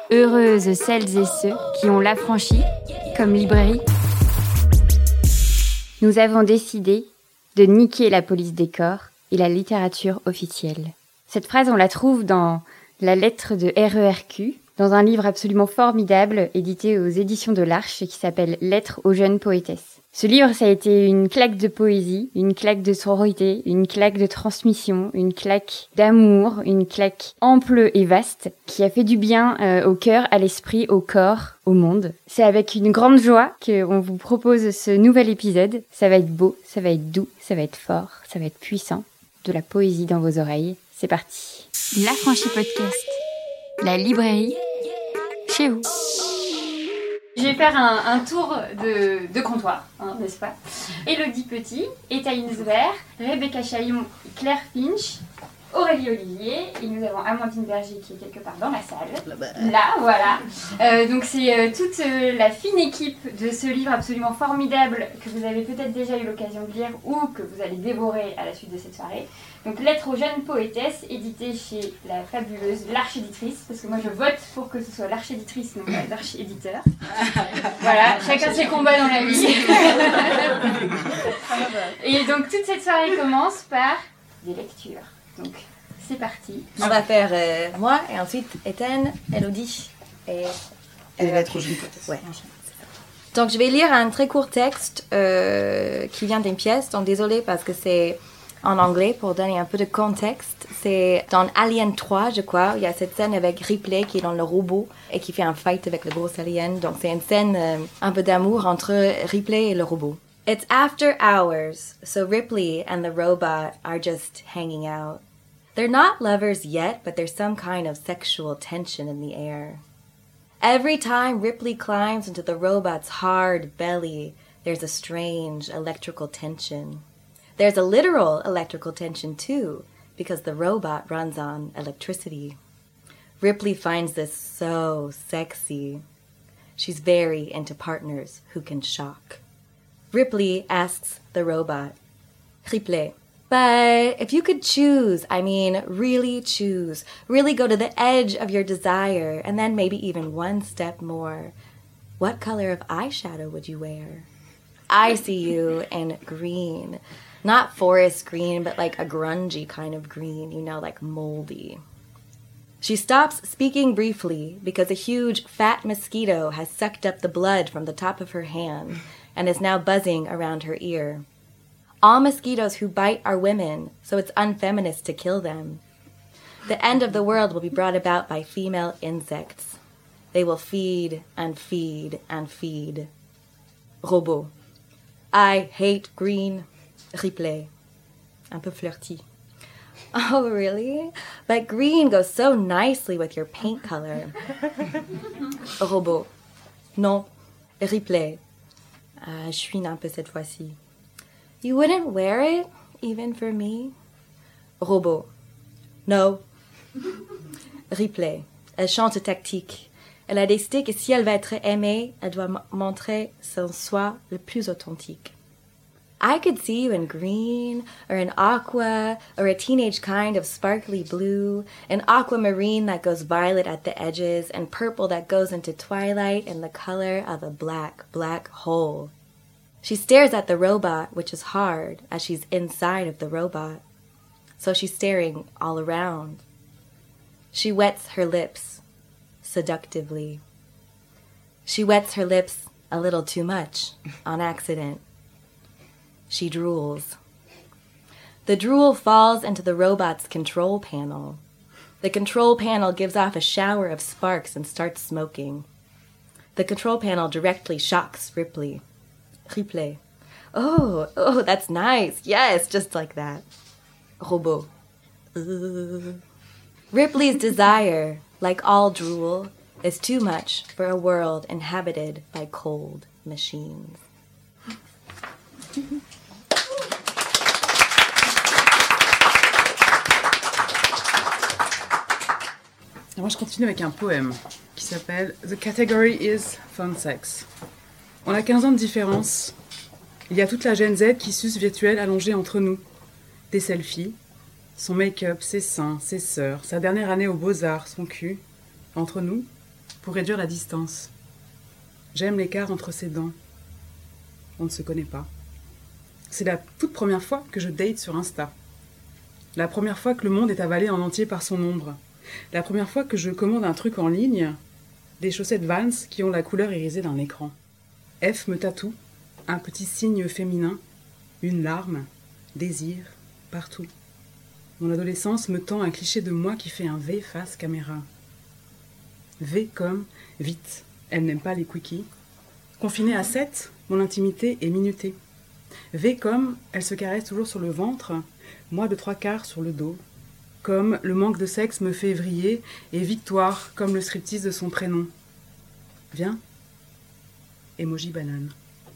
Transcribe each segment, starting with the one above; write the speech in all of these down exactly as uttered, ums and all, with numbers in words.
Heureuses celles et ceux qui ont l'affranchi comme librairie. Nous avons décidé de niquer la police des corps et la littérature officielle. Cette phrase, on la trouve dans la lettre de R E R Q, dans un livre absolument formidable édité aux éditions de l'Arche qui s'appelle « Lettres aux jeunes poétesses ». Ce livre, ça a été une claque de poésie, une claque de sororité, une claque de transmission, une claque d'amour, une claque ample et vaste qui a fait du bien euh, au cœur, à l'esprit, au corps, au monde. C'est avec une grande joie qu'on vous propose ce nouvel épisode. Ça va être beau, ça va être doux, ça va être fort, ça va être puissant. De la poésie dans vos oreilles. C'est parti. L'Affranchi Podcast. La librairie chez vous. Je vais faire un, un tour de, de comptoir, hein, n'est-ce pas? Élodie Petit, Etaïn Zver, Rebecca Chaillon, Claire Finch, Aurélie Olivier, et nous avons Amandine Berger qui est quelque part dans la salle. Là, voilà. Euh, donc c'est euh, toute euh, la fine équipe de ce livre absolument formidable que vous avez peut-être déjà eu l'occasion de lire ou que vous allez dévorer à la suite de cette soirée. Donc Lettres aux jeunes poétesses, édité chez la fabuleuse L'Arche Éditrice, parce que moi je vote pour que ce soit l'Arche Éditrice, non pas l'Arche Éditeur. Voilà, chacun ses combats dans la vie. Et donc toute cette soirée commence par des lectures. Donc, c'est parti. On va faire euh, moi et ensuite Étienne, Élodie et... Et les lettres aux jeunes poétesses. Ouais. Donc, je vais lire un très court texte euh, qui vient d'une pièce. Donc, désolée parce que c'est en anglais pour donner un peu de contexte. C'est dans Alien trois, je crois. Il y a cette scène avec Ripley qui est dans le robot et qui fait un fight avec le gros alien. Donc, c'est une scène euh, un peu d'amour entre Ripley et le robot. It's after hours, so Ripley and the robot are just hanging out. They're not lovers yet, but there's some kind of sexual tension in the air. Every time Ripley climbs into the robot's hard belly, there's a strange electrical tension. There's a literal electrical tension too, because the robot runs on electricity. Ripley finds this so sexy. She's very into partners who can shock. Ripley asks the robot, Ripley, but if you could choose, I mean, really choose, really go to the edge of your desire, and then maybe even one step more, what color of eyeshadow would you wear? I see you in green. Not forest green, but like a grungy kind of green, you know, like moldy. She stops speaking briefly because a huge fat mosquito has sucked up the blood from the top of her hand and is now buzzing around her ear. All mosquitoes who bite are women, so it's unfeminist to kill them. The end of the world will be brought about by female insects. They will feed and feed and feed. Robot. I hate green. Ripley. Un peu flirty. Oh, really? But green goes so nicely with your paint color. Robot. Non. Ripley. Uh, je chouine un peu cette fois-ci. You wouldn't wear it, even for me? Robot. No. Ripley. Elle chante tactique. Elle a des sticks et si elle va être aimée, elle doit m- montrer son soi le plus authentique. I could see you in green, or in aqua, or a teenage kind of sparkly blue, an aquamarine that goes violet at the edges, and purple that goes into twilight in the color of a black, black hole. She stares at the robot, which is hard, as she's inside of the robot. So she's staring all around. She wets her lips, seductively. She wets her lips a little too much, on accident. She drools. The drool falls into the robot's control panel. The control panel gives off a shower of sparks and starts smoking. The control panel directly shocks Ripley. Ripley. Oh, oh, that's nice. Yes, just like that. Robot. Uh. Ripley's desire, like all drool, is too much for a world inhabited by cold machines. Et moi, je continue avec un poème qui s'appelle « The category is fun sex ». On a quinze ans de différence. Il y a toute la Gen Z qui suce virtuelle allongée entre nous. Des selfies, son make-up, ses seins, ses sœurs, sa dernière année aux Beaux-Arts, son cul. Entre nous, pour réduire la distance. J'aime l'écart entre ses dents. On ne se connaît pas. C'est la toute première fois que je date sur Insta. La première fois que le monde est avalé en entier par son ombre. La première fois que je commande un truc en ligne, des chaussettes Vans qui ont la couleur irisée d'un écran. F me tatoue, un petit signe féminin, une larme, désir, partout. Mon adolescence me tend un cliché de moi qui fait un V face caméra. V comme vite, elle n'aime pas les quickies. Confinée à sept, mon intimité est minutée. V comme elle se caresse toujours sur le ventre, moi de trois quarts sur le dos. Comme le manque de sexe me fait vriller, et Victoire comme le striptease de son prénom. Viens. Emoji banane.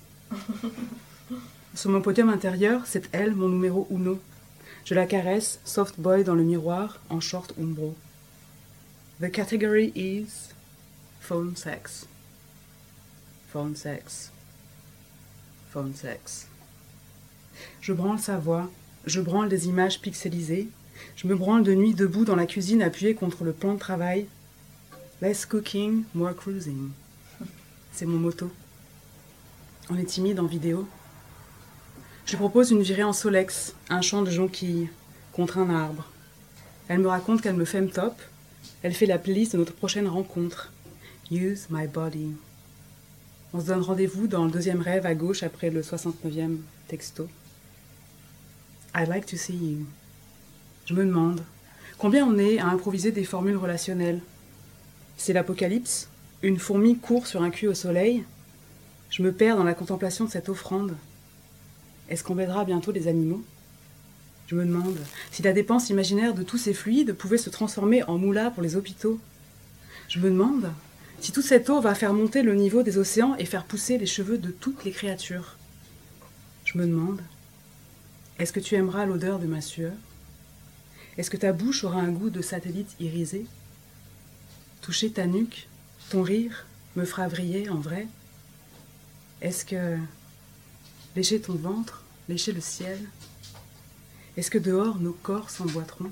Sur mon podium intérieur, c'est elle, mon numéro uno. Je la caresse, soft boy dans le miroir, en short umbro. The category is phone sex. Phone sex. Phone sex. Je branle sa voix, je branle des images pixelisées, je me branle de nuit debout dans la cuisine appuyée contre le plan de travail. Less cooking, more cruising. C'est mon motto. On est timide en vidéo. Je lui propose une virée en Solex, un chant de jonquille, contre un arbre. Elle me raconte qu'elle me femme top. Elle fait la playlist de notre prochaine rencontre. Use my body. On se donne rendez-vous dans le deuxième rêve à gauche après le soixante-neuvième texto. I'd like to see you. Je me demande, combien on est à improviser des formules relationnelles? C'est l'apocalypse? Une fourmi court sur un cul au soleil? Je me perds dans la contemplation de cette offrande. Est-ce qu'on m'aidera bientôt les animaux? Je me demande si la dépense imaginaire de tous ces fluides pouvait se transformer en moula pour les hôpitaux. Je me demande si toute cette eau va faire monter le niveau des océans et faire pousser les cheveux de toutes les créatures. Je me demande, est-ce que tu aimeras l'odeur de ma sueur? Est-ce que ta bouche aura un goût de satellite irisé? Toucher ta nuque, ton rire, me fera vriller en vrai? Est-ce que lécher ton ventre, lécher le ciel? Est-ce que dehors nos corps s'emboîteront?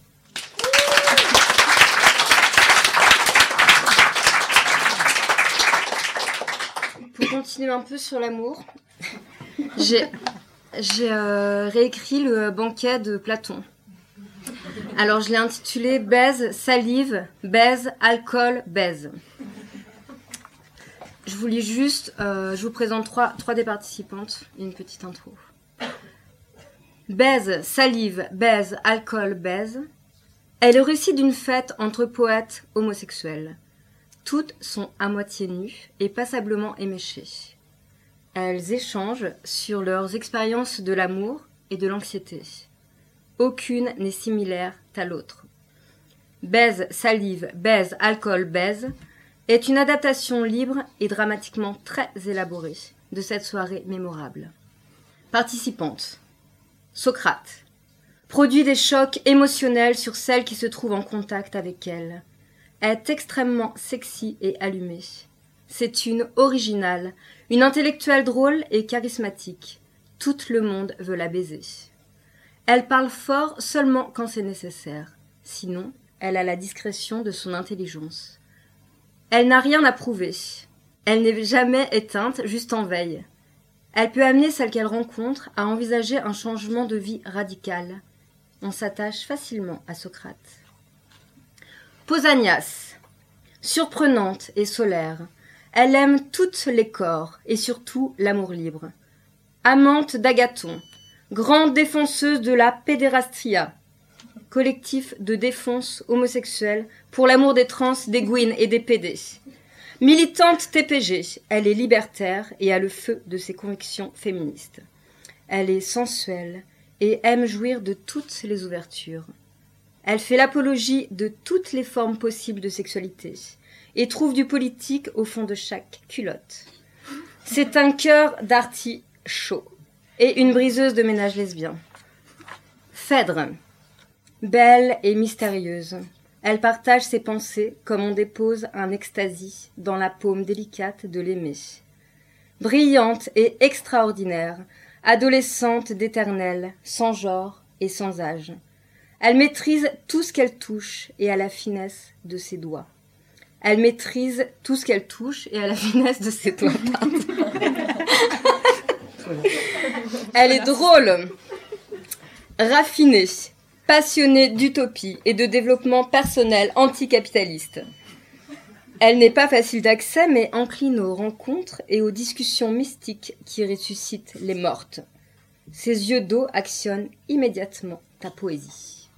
Pour continuer un peu sur l'amour, j'ai, j'ai euh, réécrit le banquet de Platon. Alors je l'ai intitulé « Baise, salive, baise, alcool, baise ». Je vous lis juste, euh, je vous présente trois, trois des participantes, une petite intro. Baise, salive, baise, alcool, baise est le récit d'une fête entre poètes homosexuels. Toutes sont à moitié nues et passablement éméchées. Elles échangent sur leurs expériences de l'amour et de l'anxiété. Aucune n'est similaire à l'autre. Baise, salive, baise, alcool, baise est une adaptation libre et dramatiquement très élaborée de cette soirée mémorable. Participantes. Socrate produit des chocs émotionnels sur celle qui se trouve en contact avec elle. Est extrêmement sexy et allumée. C'est une originale, une intellectuelle drôle et charismatique. Tout le monde veut la baiser. Elle parle fort seulement quand c'est nécessaire. Sinon, elle a la discrétion de son intelligence. Elle n'a rien à prouver. Elle n'est jamais éteinte, juste en veille. Elle peut amener celle qu'elle rencontre à envisager un changement de vie radical. On s'attache facilement à Socrate. Pausanias, surprenante et solaire, elle aime toutes les corps et surtout l'amour libre. Amante d'Agathon, grande défenseuse de la pédérastria, collectif de défense homosexuelle pour l'amour des trans, des gouines et des pédés. Militante T P G, elle est libertaire et a le feu de ses convictions féministes. Elle est sensuelle et aime jouir de toutes les ouvertures. Elle fait l'apologie de toutes les formes possibles de sexualité et trouve du politique au fond de chaque culotte. C'est un cœur d'artichaut et une briseuse de ménage lesbien. Phèdre, belle et mystérieuse, elle partage ses pensées comme on dépose un ecstasy dans la paume délicate de l'aimé. Brillante et extraordinaire, adolescente d'éternel, sans genre et sans âge. Elle maîtrise tout ce qu'elle touche et a la finesse de ses doigts. Elle maîtrise tout ce qu'elle touche et a la finesse de ses doigts peintes. Elle est drôle, raffinée, passionnée d'utopie et de développement personnel anticapitaliste. Elle n'est pas facile d'accès, mais encline aux rencontres et aux discussions mystiques qui ressuscitent les mortes. Ses yeux d'eau actionnent immédiatement ta poésie.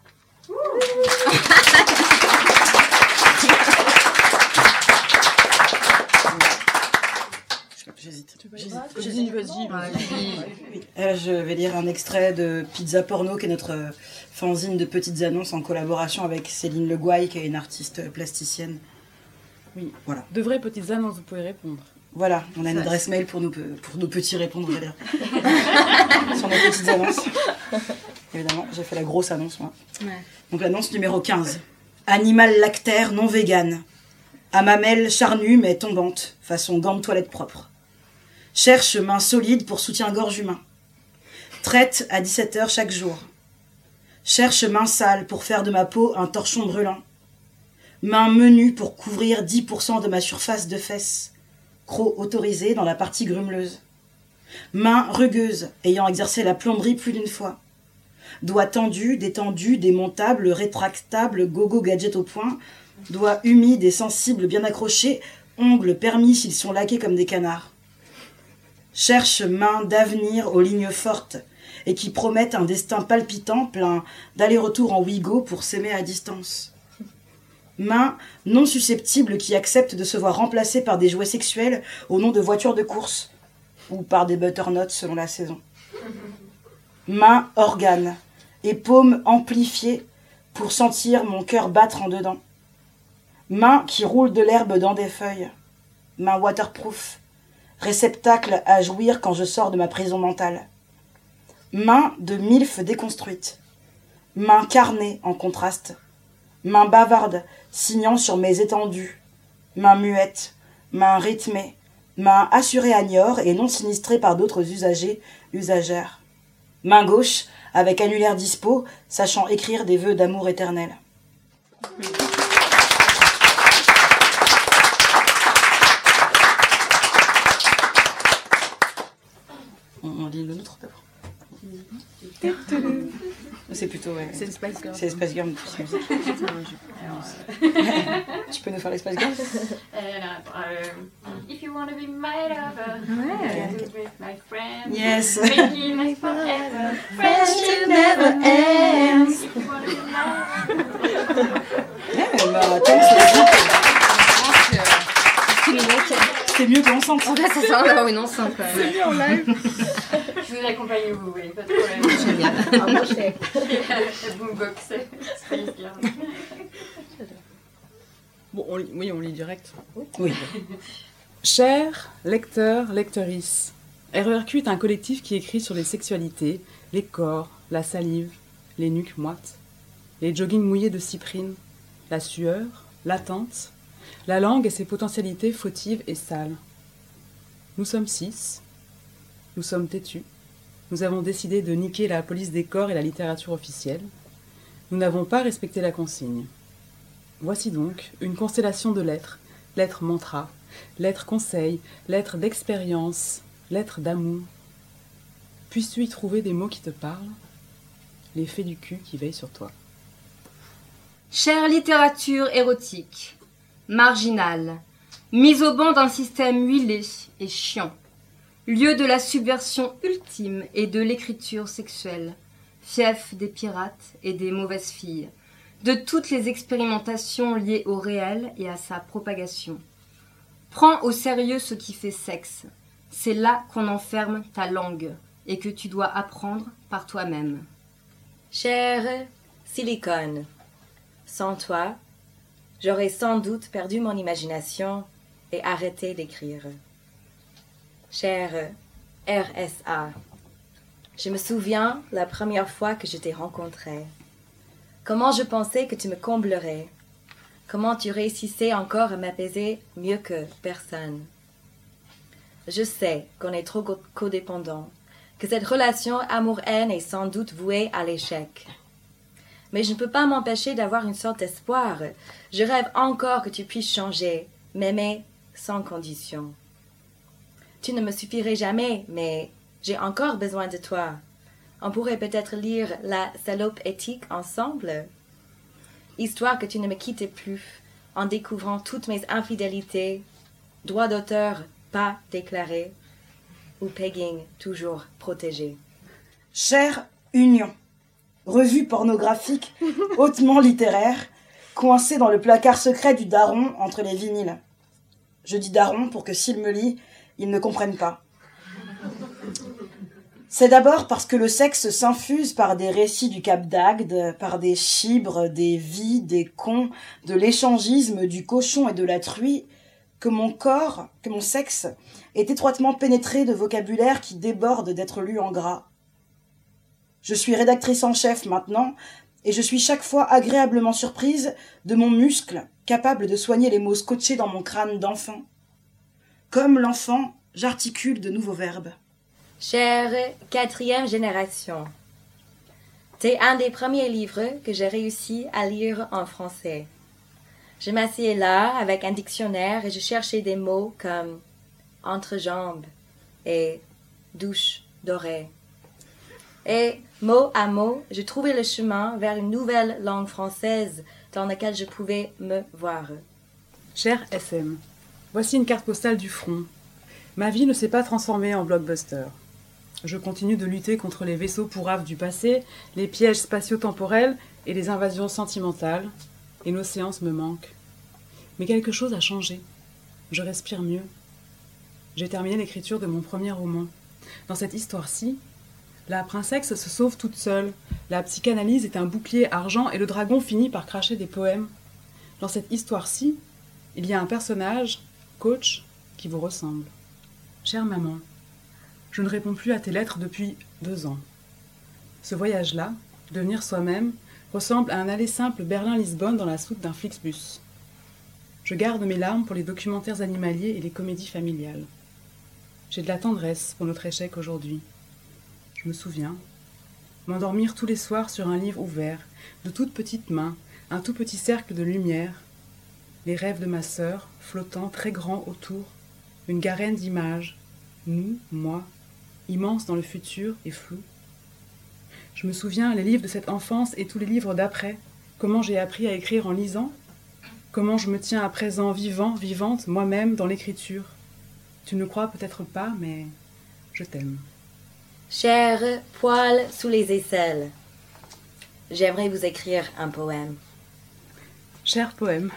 J'hésite. J'hésite. J'hésite, vas-y. Oui. Euh, je vais lire un extrait de Pizza Porno, qui est notre euh, fanzine de petites annonces en collaboration avec Céline Le Gouaille, qui est une artiste plasticienne. Oui, voilà. De vraies petites annonces, vous pouvez répondre. Voilà, on a une adresse mail pour nos, pour nos petits répondre, je vais dire. Sur nos petites annonces. Évidemment, j'ai fait la grosse annonce, moi. Ouais. Donc l'annonce numéro quinze. Animal lactaire non vegan. À mamelle charnue mais tombante, façon gant de toilette propre. Cherche main solide pour soutien-gorge humain. Traite à dix-sept heures chaque jour. Cherche main sale pour faire de ma peau un torchon brûlant. Main menue pour couvrir dix pour cent de ma surface de fesses. Croc autorisé dans la partie grumeleuse. Main rugueuse, ayant exercé la plomberie plus d'une fois. Doigts tendus, détendus, démontables, rétractables, gogo gadget au point. Doigts humides et sensibles bien accrochés, ongles permis s'ils sont laqués comme des canards. Cherche main d'avenir aux lignes fortes et qui promettent un destin palpitant plein d'aller-retour en Ouigo pour s'aimer à distance. Main non susceptible qui accepte de se voir remplacée par des jouets sexuels au nom de voitures de course ou par des butternuts selon la saison. Main organe et paume amplifiée pour sentir mon cœur battre en dedans. Main qui roule de l'herbe dans des feuilles. Main waterproof, réceptacle à jouir quand je sors de ma prison mentale. Main de milf déconstruite. Main carnée en contraste. Main bavarde, signant sur mes étendues. Main muette, main rythmée, main assurée à Niort et non sinistrée par d'autres usagers, usagères. Main gauche, avec annulaire dispo, sachant écrire des vœux d'amour éternel. On, on lit le nôtre d'abord. C'est plutôt, ouais. C'est le Spice Girl. C'est le Spice Girl. Tu peux nous faire les Spice Girls? If you want to be my lover, ouais. with my friend, yes. making me forever, friendship never ends. If you want to be my Ouais, bah, attends, c'est mieux qu'ensemble. En fait, c'est ça, on a une enceinte quand même. C'est mieux en live. Je vous accompagne où vous voulez, pas de problème. Génial. Ah, moi, je fais. La boombox, Spice Girl. Bon, on lit, oui, on lit direct. Oui. Chers lecteurs, lectrices, R E R Q est un collectif qui écrit sur les sexualités, les corps, la salive, les nuques moites, les joggings mouillés de cyprine, la sueur, l'attente, la langue et ses potentialités fautives et sales. Nous sommes six, nous sommes têtus, nous avons décidé de niquer la police des corps et la littérature officielle. Nous n'avons pas respecté la consigne. Voici donc une constellation de lettres, lettres mantra, lettres conseils, lettres d'expérience, lettres d'amour. Puisses-tu y trouver des mots qui te parlent? Les fées du cul qui veillent sur toi. Chère littérature érotique, marginale, mise au banc d'un système huilé et chiant, lieu de la subversion ultime et de l'écriture sexuelle, fief des pirates et des mauvaises filles, de toutes les expérimentations liées au réel et à sa propagation. Prends au sérieux ce qui fait sexe. C'est là qu'on enferme ta langue et que tu dois apprendre par toi-même. Cher silicone, sans toi, j'aurais sans doute perdu mon imagination et arrêté d'écrire. Cher R S A, je me souviens la première fois que je t'ai rencontré. Comment je pensais que tu me comblerais. Comment tu réussissais encore à m'apaiser mieux que personne. Je sais qu'on est trop codépendants, que cette relation amour-haine est sans doute vouée à l'échec. Mais je ne peux pas m'empêcher d'avoir une sorte d'espoir. Je rêve encore que tu puisses changer, m'aimer sans condition. Tu ne me suffirais jamais, mais j'ai encore besoin de toi. On pourrait peut-être lire La salope éthique ensemble. Histoire que tu ne me quittes plus, en découvrant toutes mes infidélités, droit d'auteur pas déclaré, ou pegging toujours protégé. Chère Union, revue pornographique hautement littéraire, coincée dans le placard secret du daron entre les vinyles. Je dis daron pour que s'il me lit, il ne comprenne pas. C'est d'abord parce que le sexe s'infuse par des récits du Cap d'Agde, par des chibres, des vies, des cons, de l'échangisme, du cochon et de la truie, que mon corps, que mon sexe, est étroitement pénétré de vocabulaire qui déborde d'être lu en gras. Je suis rédactrice en chef maintenant, et je suis chaque fois agréablement surprise de mon muscle capable de soigner les mots scotchés dans mon crâne d'enfant. Comme l'enfant, j'articule de nouveaux verbes. Chère quatrième génération, t'es un des premiers livres que j'ai réussi à lire en français. Je m'asseyais là avec un dictionnaire et je cherchais des mots comme entrejambe et douche dorée. Et mot à mot, je trouvais le chemin vers une nouvelle langue française dans laquelle je pouvais me voir. Cher S M, voici une carte postale du front. Ma vie ne s'est pas transformée en blockbuster. Je continue de lutter contre les vaisseaux pourraves du passé, les pièges spatio-temporels et les invasions sentimentales, et nos séances me manquent. Mais quelque chose a changé. Je respire mieux. J'ai terminé l'écriture de mon premier roman. Dans cette histoire-ci, la princesse se sauve toute seule, la psychanalyse est un bouclier argent et le dragon finit par cracher des poèmes. Dans cette histoire-ci, il y a un personnage, coach, qui vous ressemble. Chère maman, je ne réponds plus à tes lettres depuis deux ans. Ce voyage-là, devenir soi-même, ressemble à un aller simple Berlin-Lisbonne dans la soute d'un Flixbus. Je garde mes larmes pour les documentaires animaliers et les comédies familiales. J'ai de la tendresse pour notre échec aujourd'hui. Je me souviens m'endormir tous les soirs sur un livre ouvert, de toutes petites mains, un tout petit cercle de lumière, les rêves de ma sœur, flottant très grands autour, une garenne d'images, nous, moi, immense dans le futur et flou. Je me souviens les livres de cette enfance et tous les livres d'après, comment j'ai appris à écrire en lisant, comment je me tiens à présent vivant, vivante, moi-même, dans l'écriture. Tu ne le crois peut-être pas, mais je t'aime. Cher poil sous les aisselles, j'aimerais vous écrire un poème. Cher poème,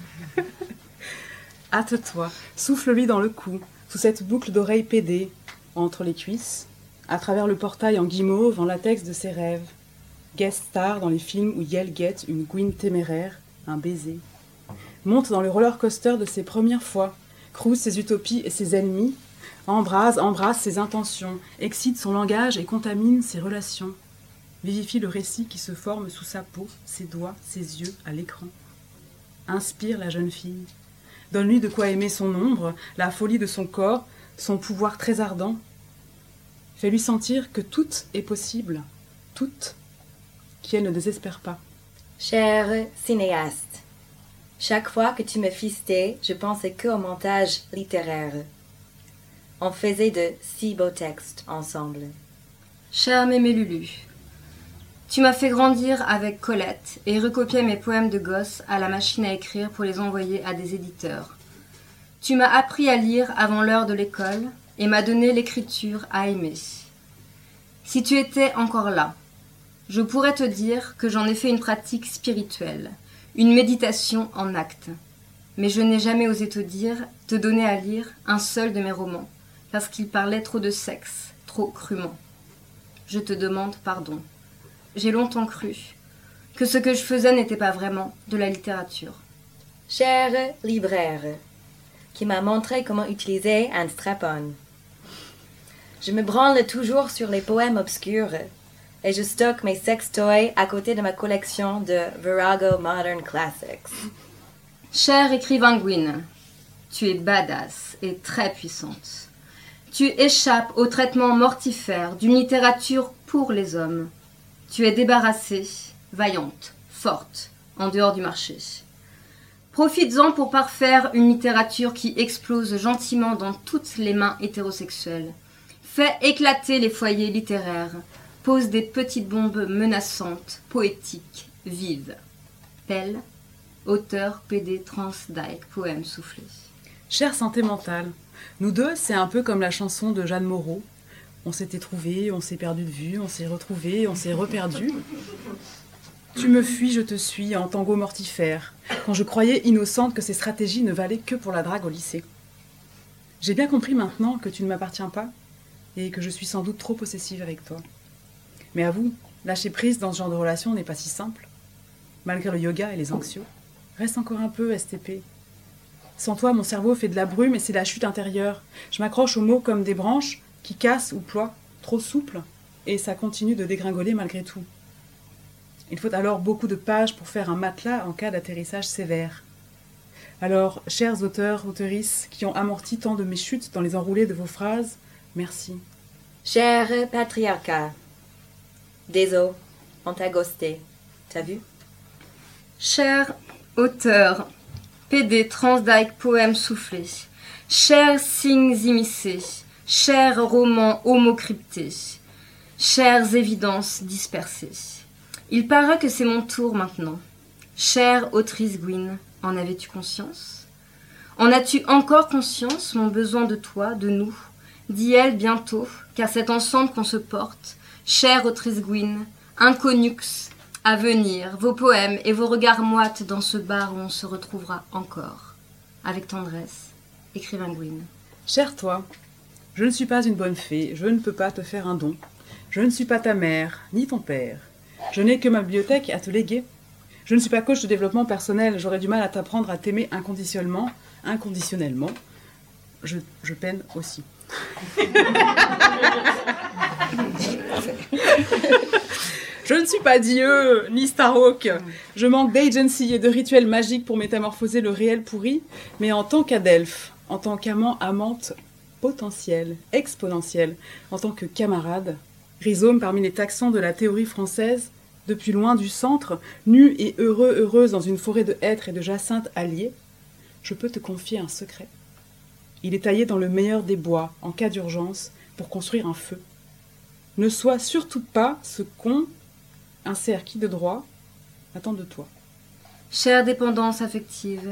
hâte-toi, souffle-lui dans le cou, sous cette boucle d'oreille pédée, entre les cuisses, à travers le portail en guimauve, en latex de ses rêves. Guest star dans les films où Yale guette une Gwyn téméraire, un baiser. Monte dans le roller coaster de ses premières fois, crouse ses utopies et ses ennemis, embrase, embrasse ses intentions, excite son langage et contamine ses relations. Vivifie le récit qui se forme sous sa peau, ses doigts, ses yeux, à l'écran. Inspire la jeune fille. Donne-lui de quoi aimer son ombre, la folie de son corps, son pouvoir très ardent. Fais-lui sentir que tout est possible, tout, qu'elle ne désespère pas. Cher cinéaste, chaque fois que tu me fistais, je pensais que au montage littéraire. On faisait de si beaux textes ensemble. Cher Mémé Lulu, tu m'as fait grandir avec Colette et recopier mes poèmes de gosse à la machine à écrire pour les envoyer à des éditeurs. Tu m'as appris à lire avant l'heure de l'école et m'as donné l'écriture à aimer. Si tu étais encore là, je pourrais te dire que j'en ai fait une pratique spirituelle, une méditation en acte. Mais je n'ai jamais osé te dire, te donner à lire un seul de mes romans, parce qu'il parlait trop de sexe, trop crûment. Je te demande pardon. J'ai longtemps cru que ce que je faisais n'était pas vraiment de la littérature. Cher libraire, qui m'a montré comment utiliser un strap-on. Je me branle toujours sur les poèmes obscurs et je stocke mes sextoys à côté de ma collection de Virago Modern Classics. Cher écrivain Gwyn, tu es badass et très puissante. Tu échappes au traitement mortifère d'une littérature pour les hommes. Tu es débarrassée vaillante, forte, en dehors du marché. Profites-en pour parfaire une littérature qui explose gentiment dans toutes les mains hétérosexuelles. Fais éclater les foyers littéraires. Pose des petites bombes menaçantes, poétiques, vives. Pelle, auteur, P D, trans, dyke, poème soufflé. Chère santé mentale, nous deux, c'est un peu comme la chanson de Jeanne Moreau. On s'était trouvés, on s'est perdu de vue, on s'est retrouvés, on s'est reperdu. Tu me fuis, je te suis, en tango mortifère, quand je croyais innocente que ces stratégies ne valaient que pour la drague au lycée. J'ai bien compris maintenant que tu ne m'appartiens pas et que je suis sans doute trop possessive avec toi. Mais avoue, lâcher prise dans ce genre de relation n'est pas si simple. Malgré le yoga et les anxios, reste encore un peu, S T P. Sans toi, mon cerveau fait de la brume et c'est la chute intérieure. Je m'accroche aux mots comme des branches qui cassent ou ploient, trop souples, et ça continue de dégringoler malgré tout. Il faut alors beaucoup de pages pour faire un matelas en cas d'atterrissage sévère. Alors, chers auteurs, auteurices, qui ont amorti tant de mes chutes dans les enroulés de vos phrases, merci. Cher patriarcat, désolé, on t'a ghosté, t'as vu? Cher auteur, P D, transdyke, poème soufflé, chers signes immiscés, chers romans homocryptés, chères évidences dispersées. Il paraît que c'est mon tour maintenant. Chère autrice Gwyn, en avais-tu conscience? En as-tu encore conscience, mon besoin de toi, de nous? Dis-elle bientôt, car c'est ensemble qu'on se porte. Chère autrice Gwyn, inconnux, à venir, vos poèmes et vos regards moites dans ce bar où on se retrouvera encore. Avec tendresse, écrivain Gwyn. Chère toi, je ne suis pas une bonne fée, je ne peux pas te faire un don. Je ne suis pas ta mère, ni ton père. Je n'ai que ma bibliothèque à te léguer. Je ne suis pas coach de développement personnel, j'aurais du mal à t'apprendre à t'aimer inconditionnellement. Inconditionnellement. Je, je peine aussi. Je ne suis pas Dieu, ni Starhawk. Je manque d'agency et de rituels magiques pour métamorphoser le réel pourri, mais en tant qu'adelphe, en tant qu'amant, amante potentielle, exponentielle, en tant que camarade, rhizome parmi les taxons de la théorie française, depuis loin du centre, nu et heureux, heureuse dans une forêt de hêtres et de jacinthes alliés, je peux te confier un secret. Il est taillé dans le meilleur des bois, en cas d'urgence, pour construire un feu. Ne sois surtout pas ce con, insère qui de droit, attend de toi. Chère dépendance affective,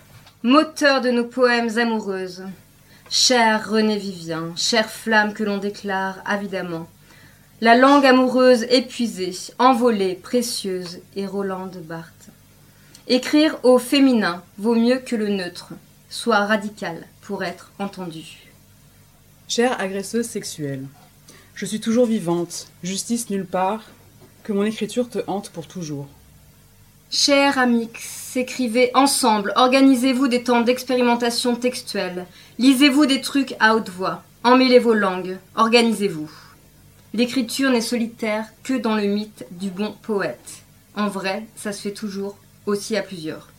moteur de nos poèmes amoureuses, cher René Vivien, chère flamme que l'on déclare avidemment, la langue amoureuse épuisée, envolée, précieuse et Rolande Barthes. Écrire au féminin vaut mieux que le neutre, soit radical pour être entendu. Chère agresseuse sexuelle, je suis toujours vivante, justice nulle part, que mon écriture te hante pour toujours. Chers amix, écrivez ensemble, organisez-vous des temps d'expérimentation textuelle, lisez-vous des trucs à haute voix, emmêlez vos langues, organisez-vous. L'écriture n'est solitaire que dans le mythe du bon poète. En vrai, ça se fait toujours, aussi à plusieurs.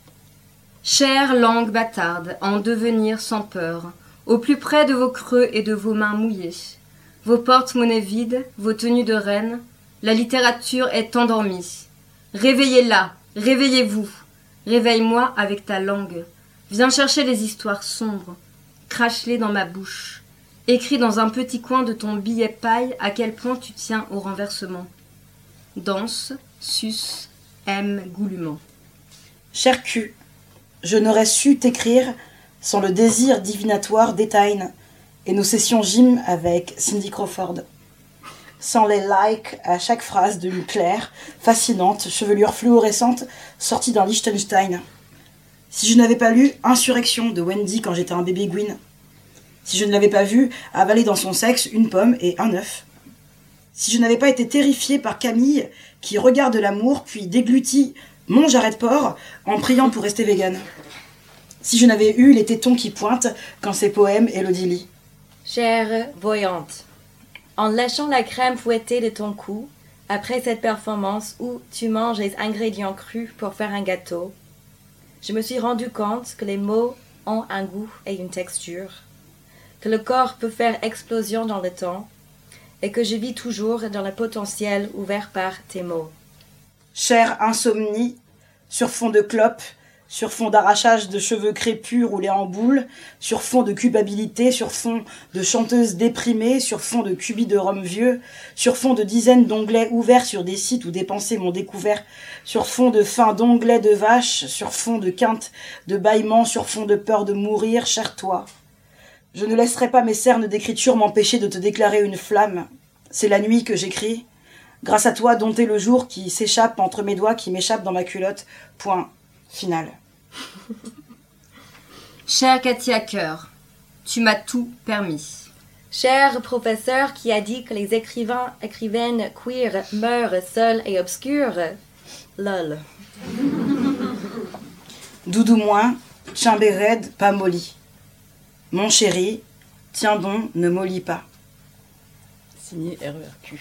Chère langue bâtarde, en devenir sans peur, au plus près de vos creux et de vos mains mouillées, vos porte-monnaies vides, vos tenues de reine, la littérature est endormie. Réveillez-la, réveillez-vous, réveille-moi avec ta langue, viens chercher les histoires sombres, crache-les dans ma bouche. Écris dans un petit coin de ton billet paille à quel point tu tiens au renversement. Danse, suce, aime goulûment. Cher cul, je n'aurais su t'écrire sans le désir divinatoire d'Etaine et nos sessions gym avec Cindy Crawford. Sans les likes à chaque phrase d'une Claire, fascinante, chevelure fluorescente, sortie d'un Liechtenstein. Si je n'avais pas lu Insurrection de Wendy quand j'étais un bébé Gwyn. Si je ne l'avais pas vu avaler dans son sexe une pomme et un œuf. Si je n'avais pas été terrifiée par Camille qui regarde l'amour puis déglutit mon jarret de porc en priant pour rester végane. Si je n'avais eu les tétons qui pointent quand ses poèmes Élodie lit. Chère voyante, en lâchant la crème fouettée de ton cou, après cette performance où tu manges les ingrédients crus pour faire un gâteau, je me suis rendu compte que les mots ont un goût et une texture, que le corps peut faire explosion dans le temps, et que je vis toujours dans le potentiel ouvert par tes mots. chère insomnie, sur fond de clope, sur fond d'arrachage de cheveux crépus roulés en boule, sur fond de culpabilité, sur fond de chanteuse déprimée, sur fond de cubis de rhum vieux, sur fond de dizaines d'onglets ouverts sur des sites où des pensées m'ont découvert, sur fond de fin d'onglets de vache, sur fond de quinte de bâillements, sur fond de peur de mourir, cher toi. Je ne laisserai pas mes cernes d'écriture m'empêcher de te déclarer une flamme. C'est la nuit que j'écris, grâce à toi dompter le jour qui s'échappe entre mes doigts, qui m'échappe dans ma culotte. Point final. Chère Cathy Hacker, tu m'as tout permis. Cher professeur qui a dit que les écrivains, écrivaines queer meurent seuls et obscurs. Lol. Doudou moins, Chimbé raide, pas molli. Mon chéri, tiens bon, ne mollis pas. Signé R E R Q.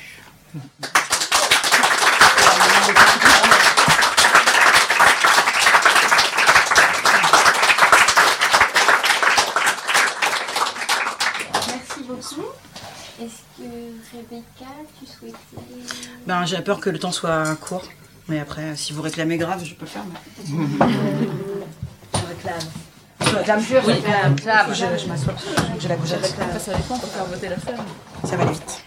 Merci beaucoup. Est-ce que Rebecca, tu souhaitais... Ben, j'ai peur que le temps soit court. Mais après, si vous réclamez grave, je peux le faire. Mais... Je réclame. Je réclame. Je réclame. Je, je m'assois. J'ai la goujette. Après, ça dépend pour faire voter la ferme. Ça va aller vite.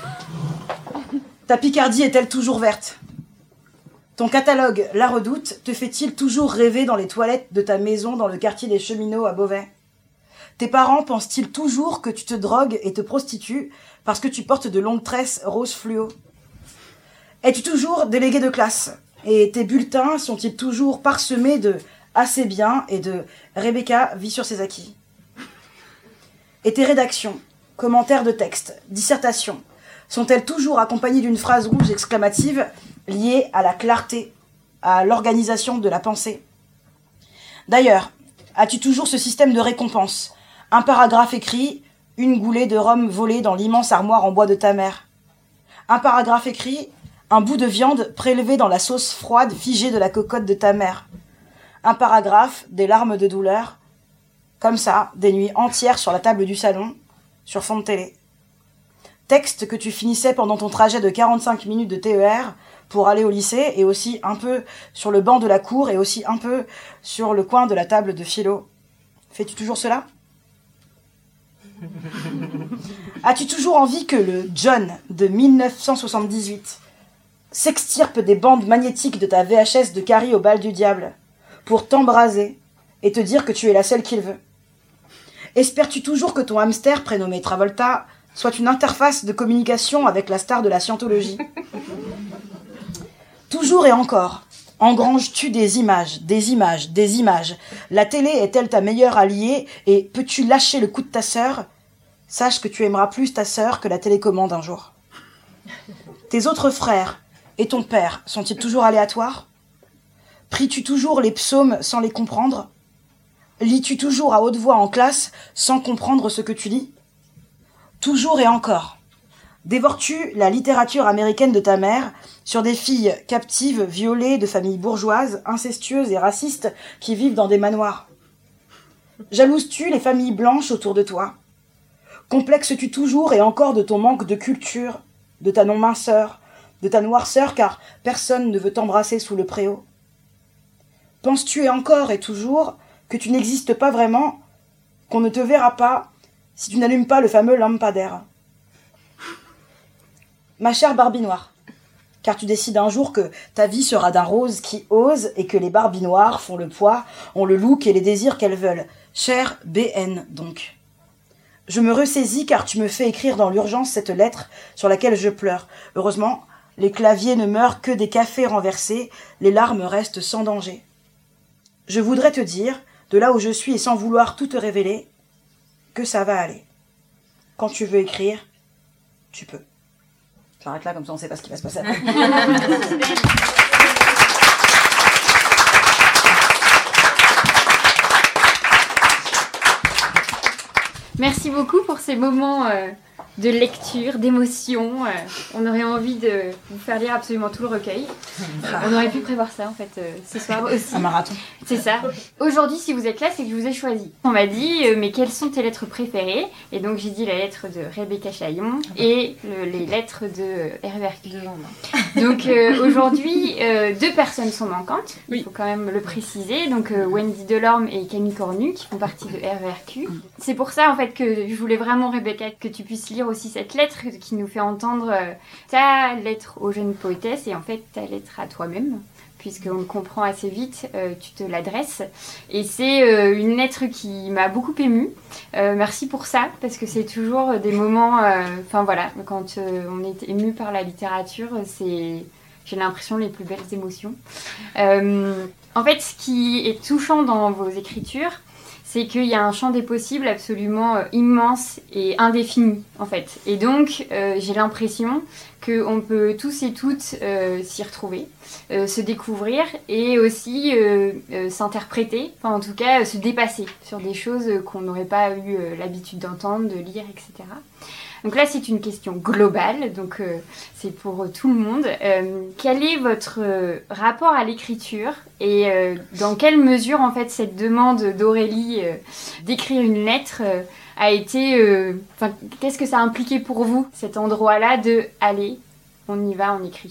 Ta Picardie est-elle toujours verte? Ton catalogue La Redoute te fait-il toujours rêver dans les toilettes de ta maison dans le quartier des Cheminots à Beauvais? Tes parents pensent-ils toujours que tu te drogues et te prostitues parce que tu portes de longues tresses rose fluo? Es-tu toujours délégué de classe? Et tes bulletins sont-ils toujours parsemés de « assez bien » et de « Rebecca vit sur ses acquis » ? Et tes rédactions, commentaires de texte, dissertations, sont-elles toujours accompagnées d'une phrase rouge exclamative liée à la clarté, à l'organisation de la pensée? D'ailleurs, as-tu toujours ce système de récompense? Un paragraphe écrit, une goulée de rhum volée dans l'immense armoire en bois de ta mère. Un paragraphe écrit, un bout de viande prélevé dans la sauce froide figée de la cocotte de ta mère. Un paragraphe, des larmes de douleur. Comme ça, des nuits entières sur la table du salon, sur fond de télé. Texte que tu finissais pendant ton trajet de quarante-cinq minutes de T E R pour aller au lycée, et aussi un peu sur le banc de la cour, et aussi un peu sur le coin de la table de philo. Fais-tu toujours cela? As-tu toujours envie que le John de mille neuf cent soixante-dix-huit s'extirpe des bandes magnétiques de ta V H S de Carrie au bal du diable pour t'embraser et te dire que tu es la seule qu'il veut? Espères-tu toujours que ton hamster, prénommé Travolta, soit une interface de communication avec la star de la scientologie? Toujours et encore, engranges-tu des images, des images, des images? La télé est-elle ta meilleure alliée et peux-tu lâcher le coup de ta sœur? Sache que tu aimeras plus ta sœur que la télécommande un jour. Tes autres frères et ton père sont-ils toujours aléatoires? Pries-tu toujours les psaumes sans les comprendre? Lis-tu toujours à haute voix en classe sans comprendre ce que tu lis? Toujours et encore. Dévores-tu la littérature américaine de ta mère sur des filles captives, violées de familles bourgeoises, incestueuses et racistes qui vivent dans des manoirs? Jalouses-tu les familles blanches autour de toi? Complexes-tu toujours et encore de ton manque de culture, de ta non-minceur, de ta noirceur, car personne ne veut t'embrasser sous le préau? Penses-tu et encore et toujours que tu n'existes pas vraiment, qu'on ne te verra pas si tu n'allumes pas le fameux lampadaire? Ma chère Barbie noire, car tu décides un jour que ta vie sera d'un rose qui ose et que les Barbies noires font le poids, ont le look et les désirs qu'elles veulent. Chère B N donc. Je me ressaisis car tu me fais écrire dans l'urgence cette lettre sur laquelle je pleure. Heureusement, les claviers ne meurent que des cafés renversés, les larmes restent sans danger. Je voudrais te dire, de là où je suis et sans vouloir tout te révéler, que ça va aller. Quand tu veux écrire, tu peux. J'arrête là, comme ça on ne sait pas ce qui va se passer après. Merci beaucoup pour ces moments euh, de lecture, d'émotion. Euh, on aurait envie de vous faire lire absolument tout le recueil. Euh, on aurait pu prévoir ça en fait euh, ce soir aussi. Un marathon. C'est ça. Aujourd'hui, si vous êtes là, c'est que je vous ai choisi. On m'a dit, euh, mais quelles sont tes lettres préférées? Et donc j'ai dit la lettre de Rebecca Chaillon et le, les lettres de euh, R E R Q. Donc euh, aujourd'hui, euh, deux personnes sont manquantes. Il Oui. faut quand même le préciser. Donc euh, Wendy Delorme et Camille Cornu qui font partie de R E R Q. C'est pour ça en fait que je voulais vraiment, Rebecca, que tu puisses lire aussi cette lettre qui nous fait entendre euh, ta lettre aux jeunes poétesses et en fait ta lettre à toi-même, puisqu'on le comprend assez vite, euh, tu te l'adresses. Et c'est euh, une lettre qui m'a beaucoup émue. Euh, merci pour ça, parce que c'est toujours des moments... Enfin euh, voilà, quand euh, on est ému par la littérature, c'est, j'ai l'impression, les plus belles émotions. Euh, en fait, ce qui est touchant dans vos écritures, c'est qu'il y a un champ des possibles absolument euh, immense et indéfini, en fait. Et donc, euh, j'ai l'impression qu'on peut tous et toutes euh, s'y retrouver, euh, se découvrir et aussi euh, euh, s'interpréter, enfin en tout cas euh, se dépasser sur des choses qu'on n'aurait pas eu euh, l'habitude d'entendre, de lire, et cetera. Donc là, c'est une question globale, donc euh, c'est pour euh, tout le monde. Euh, quel est votre euh, rapport à l'écriture et euh, dans quelle mesure, en fait, cette demande d'Aurélie euh, d'écrire une lettre euh, a été... Enfin, euh, qu'est-ce que ça a impliqué pour vous, cet endroit-là de « allez, on y va, on écrit ».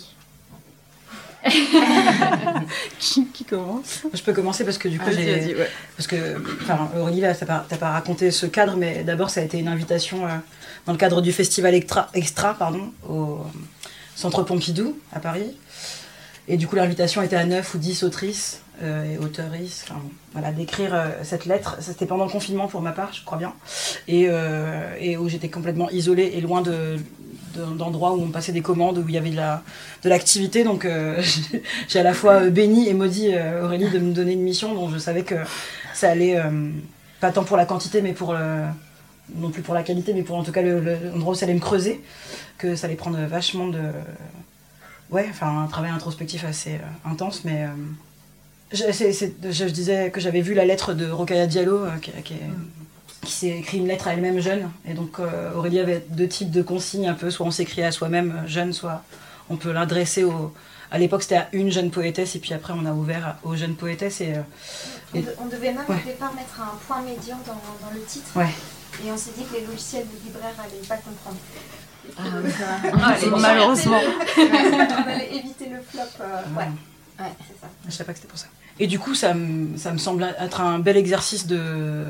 qui, qui commence? Je peux commencer parce que du coup, Vas-y, j'ai... vas-y, ouais. Parce que, enfin, Aurélie, là, t'as pas, t'as pas raconté ce cadre, mais d'abord, ça a été une invitation euh, dans le cadre du festival Extra, Extra pardon, au Centre Pompidou, à Paris. Et du coup, l'invitation était à neuf ou dix autrices euh, et auteuristes, enfin, voilà, d'écrire euh, cette lettre. C'était pendant le confinement pour ma part, je crois bien, et, euh, et où j'étais complètement isolée et loin de... d'endroits où on passait des commandes, où il y avait de, la, de l'activité. Donc euh, j'ai à la fois béni et maudit euh, Aurélie de me donner une mission dont je savais que ça allait, euh, pas tant pour la quantité, mais pour le, non plus pour la qualité, mais pour en tout cas le, le, l'endroit où ça allait me creuser, que ça allait prendre vachement de... Ouais, enfin un travail introspectif assez euh, intense, mais... Euh, je, c'est, c'est, je, je disais que j'avais vu la lettre de Rokhaya Diallo, euh, qui, qui est... qui s'est écrit une lettre à elle-même jeune. Et donc euh, Aurélie avait deux types de consignes un peu, soit on s'écrit à soi-même jeune, soit on peut l'adresser au... À l'époque c'était à une jeune poétesse et puis après on a ouvert aux jeunes poétesses. Et, euh, et... On, de, on devait même ouais. au départ mettre un point médian dans, dans le titre. Ouais. Et on s'est dit que les logiciels de libraires n'allaient pas comprendre. Ah, oui, Ah, malheureusement. On allait éviter le flop. Euh, ouais. Ouais. C'est ça. Je savais pas que c'était pour ça. Et du coup ça me, ça me semble être un bel exercice de... Euh,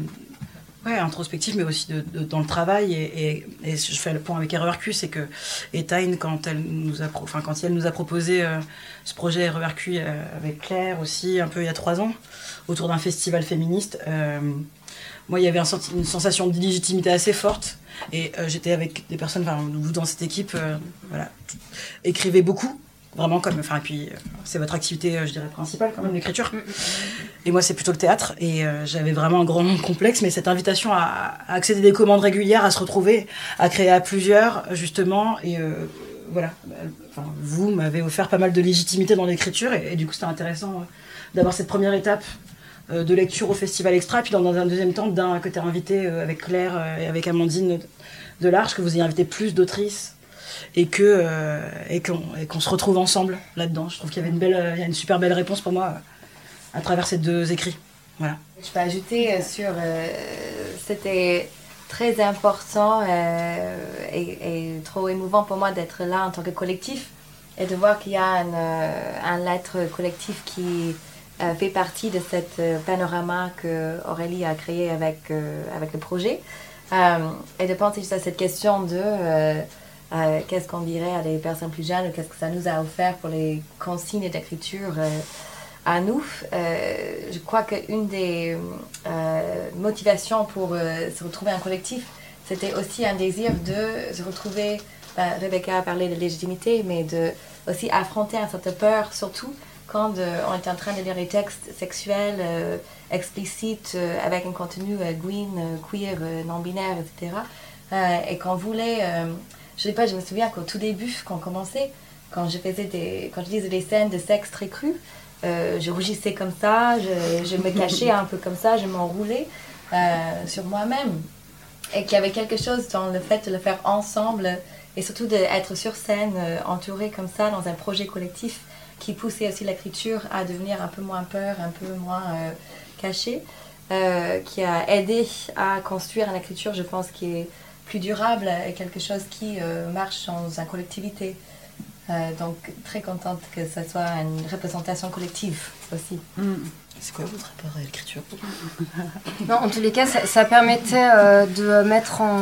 Ouais, introspective, mais aussi de, de, dans le travail. Et, et, et je fais le point avec R E R Q, c'est que Etaine, quand elle nous a, enfin, quand elle nous a proposé euh, ce projet R E R Q euh, avec Claire aussi, un peu il y a trois ans, autour d'un festival féministe, euh, moi il y avait un, une sensation d'illégitimité assez forte. Et euh, j'étais avec des personnes, enfin, vous dans cette équipe, euh, voilà, écrivez beaucoup. Vraiment comme, enfin, et puis euh, c'est votre activité, euh, je dirais, principale quand même, l'écriture. Et moi, c'est plutôt le théâtre. Et euh, j'avais vraiment un grand complexe, mais cette invitation à, à accéder des commandes régulières, à se retrouver, à créer à plusieurs, justement. Et euh, voilà, enfin, vous m'avez offert pas mal de légitimité dans l'écriture. Et, et du coup, c'était intéressant euh, d'avoir cette première étape euh, de lecture au Festival Extra. Et puis, dans, dans un deuxième temps, d'un que tu as invité euh, avec Claire euh, et avec Amandine de l'Arche, que vous ayez invité plus d'autrices. Et que euh, et qu'on et qu'on se retrouve ensemble là-dedans. Je trouve qu'il y avait une belle, il y a une super belle réponse pour moi à travers ces deux écrits. Voilà. Je peux ajouter sur, euh, c'était très important euh, et, et trop émouvant pour moi d'être là en tant que collectif et de voir qu'il y a un, euh, un lettre collectif qui euh, fait partie de cet euh, panorama que Aurélie a créé avec euh, avec le projet euh, et de penser juste à cette question de euh, Euh, qu'est-ce qu'on dirait à des personnes plus jeunes, qu'est-ce que ça nous a offert pour les consignes d'écriture euh, à nous. Euh, je crois qu'une des euh, motivations pour euh, se retrouver en collectif, c'était aussi un désir de se retrouver, ben, Rebecca a parlé de légitimité, mais de aussi affronter une certaine peur, surtout quand euh, on est en train de lire des textes sexuels, euh, explicites, euh, avec un contenu euh, green, euh, queer, euh, non-binaire, et cetera. Euh, et qu'on voulait... Euh, Je sais pas, je me souviens qu'au tout début, quand on commençait, quand je faisais des, quand je lisais des scènes de sexe très crues, euh, je rougissais comme ça, je, je me cachais un peu comme ça, je m'enroulais euh, sur moi-même. et qu'il y avait quelque chose dans le fait de le faire ensemble et surtout d'être sur scène, euh, entouré comme ça dans un projet collectif qui poussait aussi l'écriture à devenir un peu moins peur, un peu moins euh, cachée, euh, qui a aidé à construire une écriture, je pense, qui est plus durable et quelque chose qui euh, marche dans une collectivité. Euh, donc très contente que ça soit une représentation collective aussi. Mm. C'est quoi votre rapport à l'écriture? Non, en tous les cas, ça, ça permettait euh, de mettre en...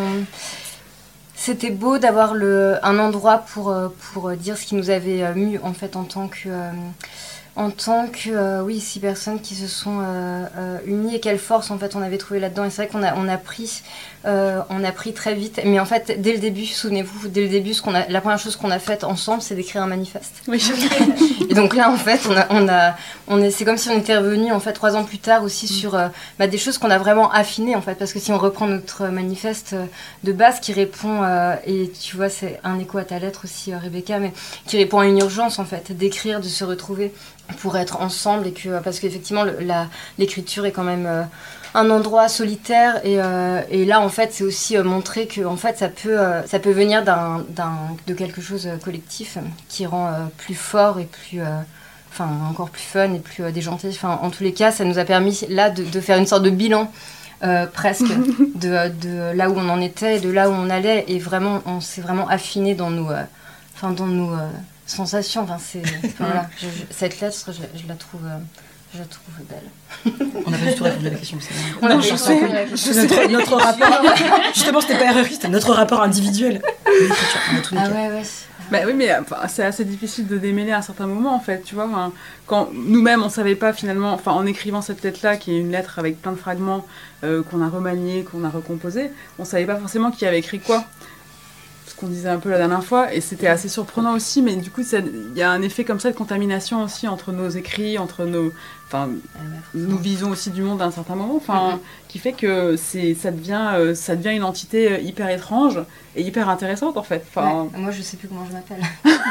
C'était beau d'avoir le, un endroit pour, pour dire ce qui nous avait euh, mu en fait en tant que... Euh, en tant que, euh, oui, six personnes qui se sont euh, euh, unies et quelle force en fait on avait trouvé là-dedans. Et c'est vrai qu'on a, on a pris, euh, on a pris très vite. Mais en fait, dès le début, souvenez-vous, dès le début, ce qu'on a, la première chose qu'on a faite ensemble, c'est d'écrire un manifeste. Oui. Et donc là, en fait, on a, on a, on est, c'est comme si on était revenu en fait trois ans plus tard aussi sur euh, bah, des choses qu'on a vraiment affinées en fait, parce que si on reprend notre manifeste euh, de base qui répond euh, et tu vois, c'est un écho à ta lettre aussi, euh, Rebecca, mais qui répond à une urgence en fait, d'écrire, de se retrouver pour être ensemble et que parce qu'effectivement le, la, l'écriture est quand même euh, un endroit solitaire et, euh, et là en fait c'est aussi euh, montrer que en fait ça peut euh, ça peut venir d'un, d'un de quelque chose euh, collectif qui rend euh, plus fort et plus euh, enfin encore plus fun et plus euh, déjanté. Enfin en tous les cas ça nous a permis là de, de faire une sorte de bilan euh, presque de, de là où on en était et de là où on allait et vraiment on s'est vraiment affiné dans nos euh, enfin dans nos euh, sensation, enfin c'est, enfin, voilà, je, je, cette lettre, je, je la trouve, euh, je la trouve belle. On n'a pas du tout répondu à la question. C'est on a je sais, je sais. Notre, notre rapport, justement, c'était pas erreur, c'était notre rapport individuel. On a tous les ah cas. ouais, ouais. Bah oui, mais enfin, c'est assez difficile de démêler à un certain moment, en fait, tu vois. Enfin, quand nous-mêmes, on savait pas finalement, enfin, en écrivant cette lettre-là, qui est une lettre avec plein de fragments euh, qu'on a remaniés, qu'on a recomposés, on savait pas forcément qui avait écrit quoi. Qu'on disait un peu la dernière fois, et c'était assez surprenant aussi, mais du coup, il y a un effet comme ça de contamination aussi entre nos écrits, entre nos... Enfin, nos visions aussi du monde à un certain moment, enfin, mm-hmm. qui fait que c'est, ça, devient, euh, ça devient une entité hyper étrange et hyper intéressante, en fait. Enfin... Ouais, moi, je sais plus comment je m'appelle.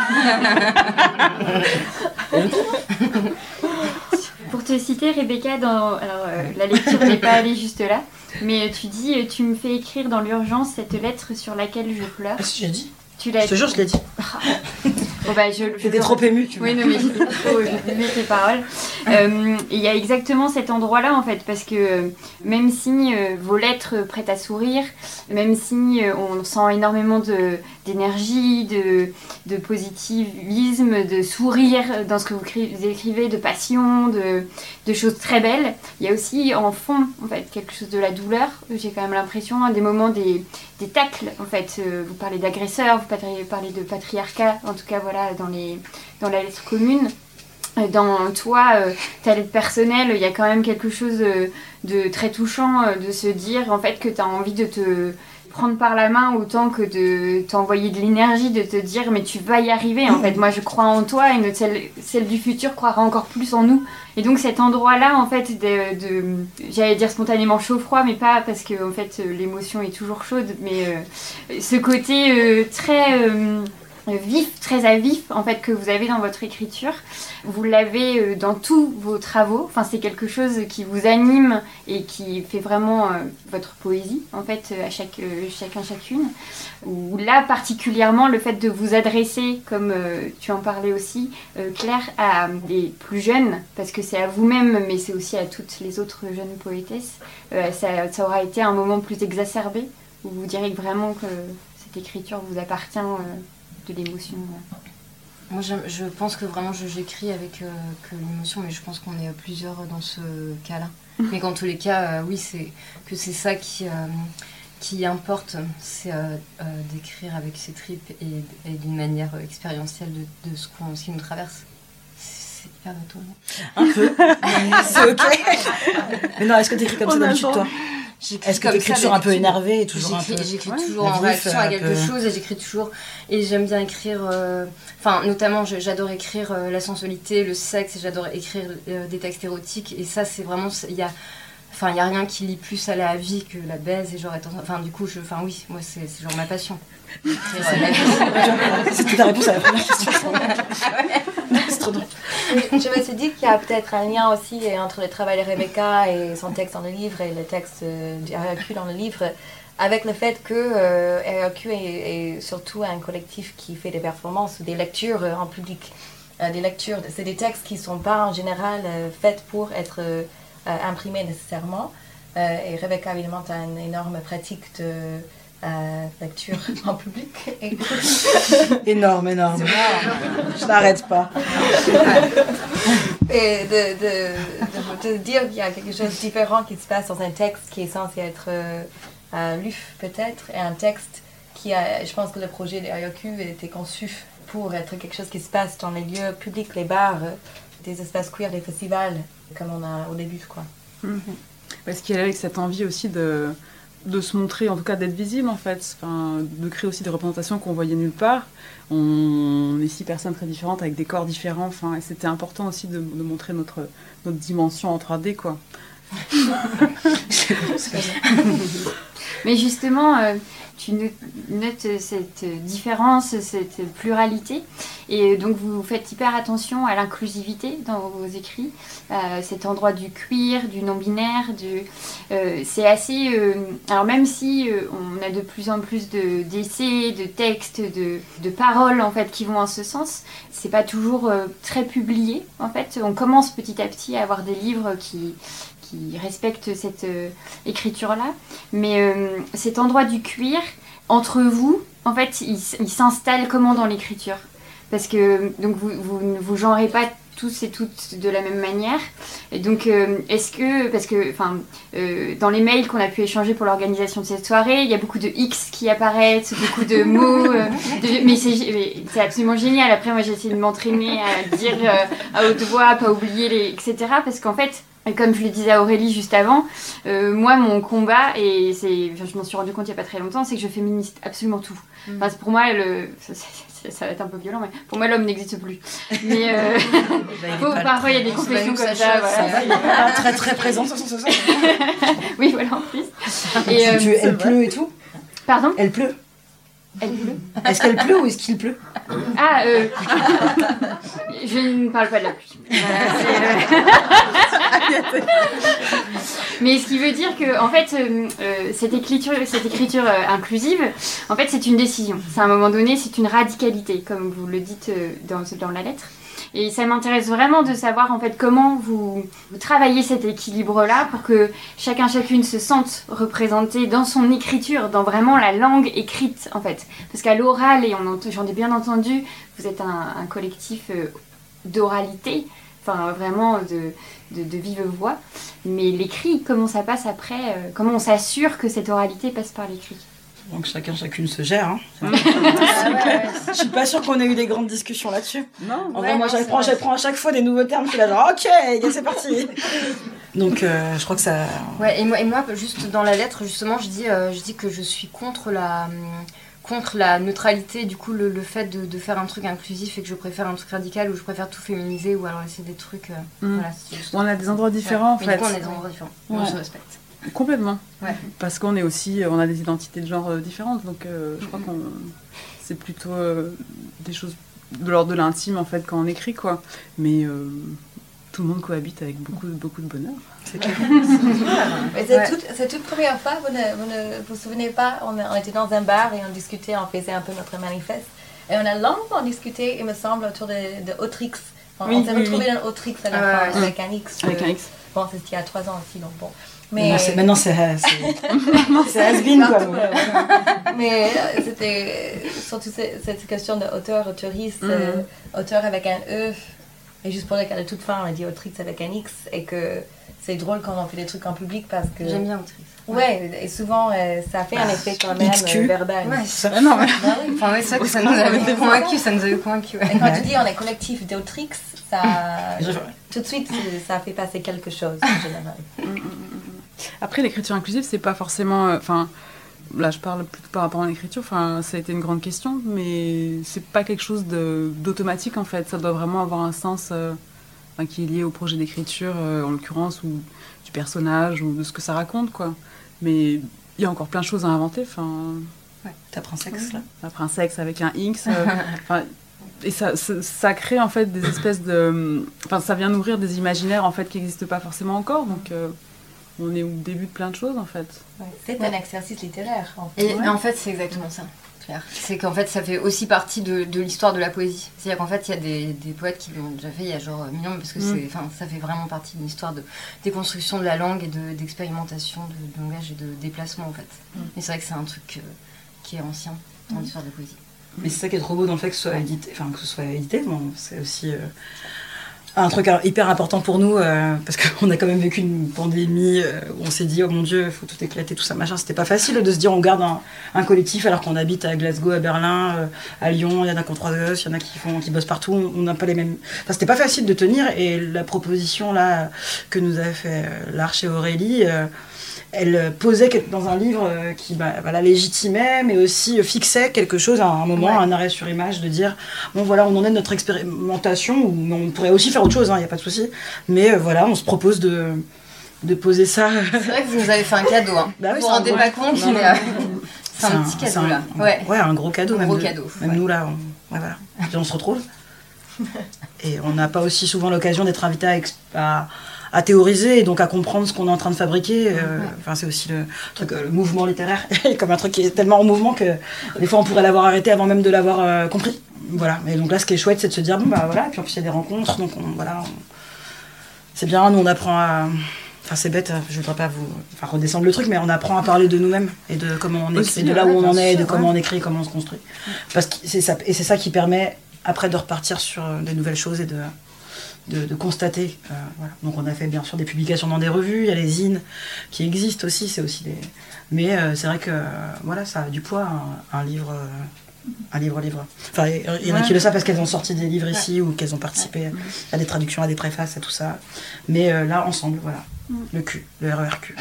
Pour te citer, Rebecca, dans... Alors, euh, la lecture n'est pas allée juste là, mais tu dis, tu me fais écrire dans l'urgence cette lettre sur laquelle je pleure. Ah si, j'ai dit. Tu l'as je te jure, je l'ai dit. Bon, bah, je, J'étais je... trop émue. Tu oui, non, mais j'ai trop aimé tes paroles. Euh, il y a exactement cet endroit-là, en fait, parce que même si euh, vos lettres prêtent à sourire, même si euh, on sent énormément de, d'énergie, de, de positivisme, de sourire dans ce que vous, cri- vous écrivez, de passion, de, de choses très belles, il y a aussi en fond, en fait, quelque chose de la douleur. J'ai quand même l'impression, à des moments, des, des tacles, en fait. Euh, vous parlez d'agresseurs, vous parlez de patriarcat, en tout cas, voilà, dans, les, dans la lettre commune. Dans toi, euh, ta lettre personnelle, il y a quand même quelque chose de, de très touchant, euh, de se dire en fait que tu as envie de te prendre par la main autant que de t'envoyer de l'énergie, de te dire mais tu vas y arriver en fait, moi je crois en toi et notre, celle, celle du futur croira encore plus en nous. Et donc cet endroit-là en fait de, de j'allais dire spontanément chaud-froid, mais pas parce que en fait l'émotion est toujours chaude, mais euh, ce côté euh, très... Euh, vif, très à vif en fait que vous avez dans votre écriture, vous l'avez dans tous vos travaux, enfin c'est quelque chose qui vous anime et qui fait vraiment euh, votre poésie en fait à chaque, euh, chacun chacune, ou là particulièrement le fait de vous adresser comme euh, tu en parlais aussi euh, Claire, à des plus jeunes, parce que c'est à vous-même mais c'est aussi à toutes les autres jeunes poétesses, euh, ça, ça aura été un moment plus exacerbé où vous direz vraiment que cette écriture vous appartient euh, de l'émotion. Moi, je, je pense que vraiment, je, j'écris avec euh, que l'émotion, mais je pense qu'on est plusieurs dans ce cas-là. Mais qu'en tous les cas, euh, oui, c'est que c'est ça qui, euh, qui importe, c'est euh, euh, d'écrire avec ses tripes et, et d'une manière expérientielle de, de ce, qu'on, ce qui nous traverse. C'est hyper bateau, non ? Un peu, mais c'est ok. Mais non, est-ce que t'écris comme On ça d'habitude, toi ? J'écris Est-ce que t'écris toujours un peu énervé et toujours j'écris, un peu... J'écris ouais, toujours en réaction à quelque peu... chose et j'écris toujours... Et j'aime bien écrire... Enfin, euh, notamment, je, j'adore écrire euh, la sensualité, le sexe, et j'adore écrire euh, des textes érotiques. Et ça, c'est vraiment... Il y a... Enfin, il n'y a rien qui lie plus à la vie que la baise et genre... Enfin, du coup, je... Enfin, oui, moi, c'est, c'est genre ma passion. C'était ta réponse à la première question. C'est trop drôle. Je me suis dit qu'il y a peut-être un lien aussi entre le travail de Rebecca et son texte dans le livre et le texte du R Q dans le livre. avec le fait que euh, R E Q est, est surtout un collectif qui fait des performances ou des lectures euh, en public. Euh, des lectures, c'est des textes qui ne sont pas en général euh, faits pour être euh, imprimés nécessairement. Euh, et Rebecca, évidemment, a une énorme pratique de euh, lecture en public. Et... énorme, énorme. Je n'arrête pas. Et de, de, de, de dire qu'il y a quelque chose de différent qui se passe dans un texte qui est censé être euh, euh, lu peut-être, et un texte qui a, je pense que le projet de R E Q a été conçu pour être quelque chose qui se passe dans les lieux publics, les bars, euh, des espaces queer, des festivals, comme on a au début, quoi. Mm-hmm. Parce qu'il y a avec cette envie aussi de, de se montrer, en tout cas d'être visible en fait, enfin, de créer aussi des représentations qu'on voyait nulle part. On, on est six personnes très différentes avec des corps différents, enfin, et c'était important aussi de, de montrer notre, notre dimension en trois D, quoi. Mais justement, euh, tu notes cette différence, cette pluralité, et donc vous faites hyper attention à l'inclusivité dans vos écrits, euh, cet endroit du queer, du non-binaire, du, euh, c'est assez... Euh, alors même si euh, on a de plus en plus de, d'essais, de textes, de, de paroles en fait qui vont en ce sens, c'est pas toujours euh, très publié en fait. On commence petit à petit à avoir des livres qui... qui respectent cette euh, écriture-là. Mais euh, cet endroit du queer, entre vous, en fait, il, il s'installe comment dans l'écriture ? Parce que donc vous, vous ne vous genrez pas tous et toutes de la même manière. Et donc, euh, est-ce que... Parce que, enfin, euh, dans les mails qu'on a pu échanger pour l'organisation de cette soirée, il y a beaucoup de X qui apparaissent, beaucoup de mots. Euh, de, mais, c'est, mais c'est absolument génial. Après, moi, j'ai essayé de m'entraîner à dire euh, à haute voix, pas oublier les... et cetera. Parce qu'en fait... Et comme je le disais à Aurélie juste avant, euh, moi mon combat, et c'est, enfin, je m'en suis rendu compte il n'y a pas très longtemps, c'est que je féminise absolument tout. Mmh. Enfin, pour moi, le, ça, ça, ça va être un peu violent, mais pour moi l'homme n'existe plus. Mais euh, faut, parfois il y a des confessions comme ça. ça voilà. Ça va, il n'est pas très très présent sur son social. Oui, voilà, en plus. Et, euh, tu, elle pleut et tout. Pardon ? Elle pleut. Elle pleut. Est-ce qu'elle pleut ou est-ce qu'il pleut ? Ah, euh, je ne parle pas de la pluie. Voilà, c'est, euh... Mais ce qui veut dire que, en fait, euh, cette écriture, cette écriture euh, inclusive, en fait, c'est une décision. C'est à un moment donné, c'est une radicalité, comme vous le dites euh, dans, dans la lettre. Et ça m'intéresse vraiment de savoir en fait comment vous, vous travaillez cet équilibre-là pour que chacun chacune se sente représenté dans son écriture, dans vraiment la langue écrite en fait. Parce qu'à l'oral, et on, j'en ai bien entendu, vous êtes un, un collectif euh, d'oralité, enfin vraiment de, de, de vive voix. Mais l'écrit, comment ça passe après euh, comment on s'assure que cette oralité passe par l'écrit ? Donc chacun, chacune se gère. Hein. Ah ouais, ouais. Je suis pas sûre qu'on ait eu des grandes discussions là-dessus. Non. En vrai, ouais, moi, j'apprends, j'apprends à chaque fois des nouveaux termes. Je suis là genre, ok, c'est parti. Donc, euh, je crois que ça. Ouais. Et moi, et moi, juste dans la lettre, justement, je dis, euh, je dis que je suis contre la, contre la neutralité. Du coup, le, le fait de, de faire un truc inclusif et que je préfère un truc radical ou je préfère tout féminiser ou alors essayer des trucs. Euh, mmh. Voilà. On a des endroits différents ouais. en fait. Mais du coup, on a des endroits différents. Ouais. On se respecte. Complètement. Ouais. Parce qu'on est aussi, on a des identités de genre différentes, donc euh, je crois qu'on c'est plutôt euh, des choses de l'ordre de l'intime en fait quand on écrit quoi. Mais euh, tout le monde cohabite avec beaucoup beaucoup de bonheur. C'est clair. Mais c'est, ouais. toute, c'est toute première fois, vous ne, vous ne vous souvenez pas, on, on était dans un bar et on discutait, on faisait un peu notre manifeste et on a longuement discuté, il me semble, autour de, de Autrix. On, oui, on s'est oui, retrouvés oui. dans Autrix à la ah, fin, ouais. avec un X. Avec un X. Bon, c'était il y a trois ans aussi, donc bon. Mais... Non, c'est, maintenant, c'est, c'est, c'est has-been, quoi. Mais c'était surtout cette question d'auteur, auteuriste, mm-hmm. euh, auteur avec un E, et juste pour le cas de toute fin, on a dit autrice avec un X, et que c'est drôle quand on fait des trucs en public parce que... J'aime bien autrice. Ouais, ouais, et souvent, euh, ça fait un effet quand même euh, verbal. Ouais, ça, non, mais... bah, oui. Enfin, ouais, ça, que ça nous avait convaincu, ça nous avait convaincu. Ouais. Et quand tu dis on est collectif d'autrix, ça... tout de suite, ça fait passer quelque chose, en général. Après, l'écriture inclusive, c'est pas forcément... Enfin, euh, là, je parle plutôt par rapport à l'écriture. Enfin, ça a été une grande question, mais c'est pas quelque chose de, d'automatique, en fait. Ça doit vraiment avoir un sens euh, enfin, qui est lié au projet d'écriture, euh, en l'occurrence, ou du personnage, ou de ce que ça raconte, quoi. Mais il y a encore plein de choses à inventer. Enfin, ouais. T'apprends sexe, là T'apprends sexe avec un X. Euh, et ça, ça, ça crée, en fait, des espèces de... Enfin, ça vient nourrir des imaginaires, en fait, qui n'existent pas forcément encore, donc... Euh, on est au début de plein de choses en fait. Ouais, c'est un exercice littéraire. En fait. Et ouais. en fait, c'est exactement ça. C'est qu'en fait, ça fait aussi partie de, de l'histoire de la poésie. C'est-à-dire qu'en fait, il y a des, des poètes qui l'ont déjà fait il y a genre mille ans, parce que mm. c'est, ça fait vraiment partie d'une histoire de déconstruction de la langue et de, d'expérimentation de, de langage et de déplacement, en fait. Mm. Et c'est vrai que c'est un truc euh, qui est ancien dans mm. l'histoire de la poésie. Mais c'est ça qui est trop beau dans le fait que ce soit édité. Enfin, que ce soit édité, bon, c'est aussi... Euh... un truc hyper important pour nous, euh, parce qu'on a quand même vécu une pandémie euh, où on s'est dit, oh mon Dieu, il faut tout éclater, tout ça, machin. C'était pas facile de se dire, on garde un, un collectif alors qu'on habite à Glasgow, à Berlin, euh, à Lyon, il y en a qui ont trois gosses, il y en a qui, font, qui bossent partout, on n'a pas les mêmes... Enfin, c'était pas facile de tenir, et la proposition là que nous avait fait euh, L'Arche et Aurélie, euh, elle posait dans un livre qui bah, bah, la légitimait, mais aussi fixait quelque chose à un moment, ouais. un arrêt sur image, de dire bon voilà, on en est de notre expérimentation, ou on pourrait aussi faire autre chose, il hein, n'y a pas de souci, mais euh, voilà, on se propose de, de poser ça. C'est vrai que vous nous avez fait un cadeau, hein. Bah, oui, vous vous rendez pas compte, mais euh, c'est un, un petit cadeau un, là. Ouais. ouais, un gros cadeau. Un même gros de, cadeau. Même ouais. nous là, on, ouais, voilà. Puis on se retrouve. Et on n'a pas aussi souvent l'occasion d'être invité à, à à théoriser et donc à comprendre ce qu'on est en train de fabriquer. Euh, enfin, c'est aussi le truc, le mouvement littéraire, comme un truc qui est tellement en mouvement que des fois on pourrait l'avoir arrêté avant même de l'avoir euh, compris. Voilà. Et donc là, ce qui est chouette, c'est de se dire bon bah voilà. Et puis en plus il y a des rencontres, donc on, voilà, on... c'est bien. Nous on apprend à, enfin c'est bête, je voudrais pas vous, enfin redescendre le truc, mais on apprend à parler de nous-mêmes et de comment on est, aussi, et de là ouais, où on en est, et de comment ouais. on écrit, comment on se construit. Parce que c'est ça, et c'est ça qui permet après de repartir sur des nouvelles choses et de De, de constater. Euh, voilà. Donc on a fait bien sûr des publications dans des revues, il y a les zines qui existent aussi, c'est aussi des... Mais euh, c'est vrai que euh, voilà, ça a du poids, un, un livre, euh, un livre, livre. Enfin, il y en a ouais. qui le savent parce qu'elles ont sorti des livres ici ouais. ou qu'elles ont participé ouais. à des traductions, à des préfaces, à tout ça. Mais euh, là, ensemble, voilà, le Q, le R E R Q.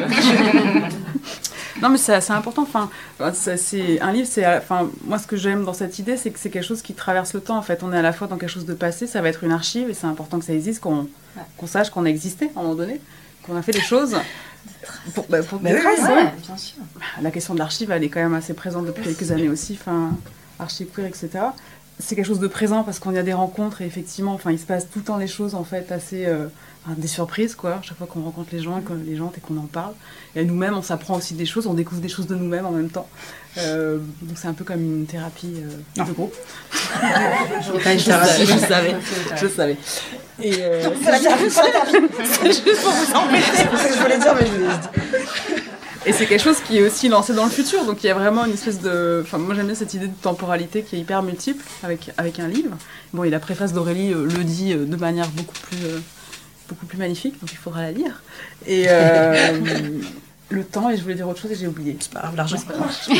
Non mais c'est assez important, enfin, c'est, c'est, un livre, c'est, enfin, moi ce que j'aime dans cette idée, c'est que c'est quelque chose qui traverse le temps en fait, on est à la fois dans quelque chose de passé, ça va être une archive et c'est important que ça existe, qu'on, ouais. qu'on sache qu'on a existé à un moment donné, qu'on a fait des choses pour, bah, pour bah, des traces, ouais, ouais, bien sûr. La question de l'archive, elle est quand même assez présente depuis quelques années aussi, enfin, archive queer, et cetera. C'est quelque chose de présent parce qu'on y a des rencontres et effectivement, enfin, il se passe tout le temps les choses en fait assez... Euh, des surprises quoi, chaque fois qu'on rencontre les gens, les gens et qu'on en parle. Et nous-mêmes, on s'apprend aussi des choses, on découvre des choses de nous-mêmes en même temps. Euh, donc c'est un peu comme une thérapie euh, de groupe. Pas une thérapie, je savais, je savais. Et euh, non, c'est la thérapie, c'est la thérapie. C'est juste pour vous embêter. C'est ce que je voulais dire, mais je voulais dire. Et c'est quelque chose qui est aussi lancé dans le futur, donc il y a vraiment une espèce de... Enfin, moi j'aime bien cette idée de temporalité qui est hyper multiple avec, avec un livre. Bon, et la préface d'Aurélie euh, le dit euh, de manière beaucoup plus... Euh, beaucoup plus magnifique, donc il faudra la lire. Et euh, le temps, et je voulais dire autre chose et j'ai oublié. C'est pas grave, l'argent. C'est pas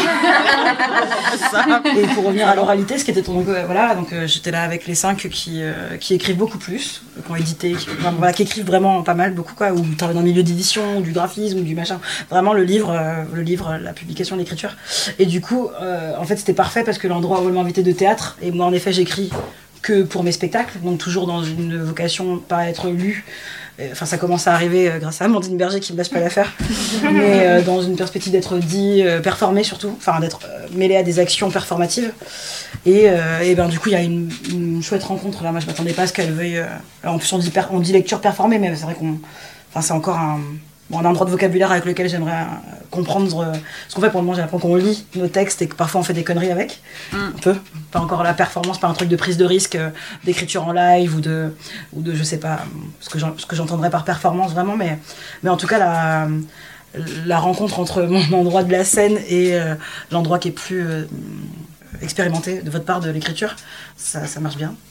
grave. Et pour revenir à l'oralité, ce qui était ton... Euh, voilà, donc euh, j'étais là avec les cinq qui, euh, qui écrivent beaucoup plus, qui ont édité, qui, enfin, voilà, qui écrivent vraiment pas mal, beaucoup quoi, ou travaillent dans le milieu d'édition, du graphisme, du machin. Vraiment le livre, euh, le livre, la publication, l'écriture. Et du coup, euh, en fait, c'était parfait parce que l'endroit où elle m'a invité de théâtre, et moi en effet j'écris que pour mes spectacles, donc toujours dans une vocation pas à être lue. Enfin, ça commence à arriver euh, grâce à Amandine Berger qui me lâche pas l'affaire, mais euh, dans une perspective d'être dit, euh, performé surtout, enfin d'être euh, mêlé à des actions performatives. Et, euh, et ben du coup, il y a une, une chouette rencontre là. Moi, je m'attendais pas à ce qu'elle veuille. Euh... Alors, en plus, on dit, per... on dit lecture performée, mais c'est vrai qu'on, enfin, c'est encore un. Bon, on a un droit de vocabulaire avec lequel j'aimerais euh, comprendre euh, ce qu'on fait. Pour le moment, j'ai l'impression qu'on lit nos textes et que parfois on fait des conneries avec. Mm. Un peu. Pas encore la performance, pas un truc de prise de risque, euh, d'écriture en live ou de, ou de je sais pas, ce que, ce que j'entendrais par performance vraiment. Mais, mais en tout cas, la, la rencontre entre mon endroit de la scène et euh, l'endroit qui est plus euh, expérimenté de votre part de l'écriture, ça, ça marche bien.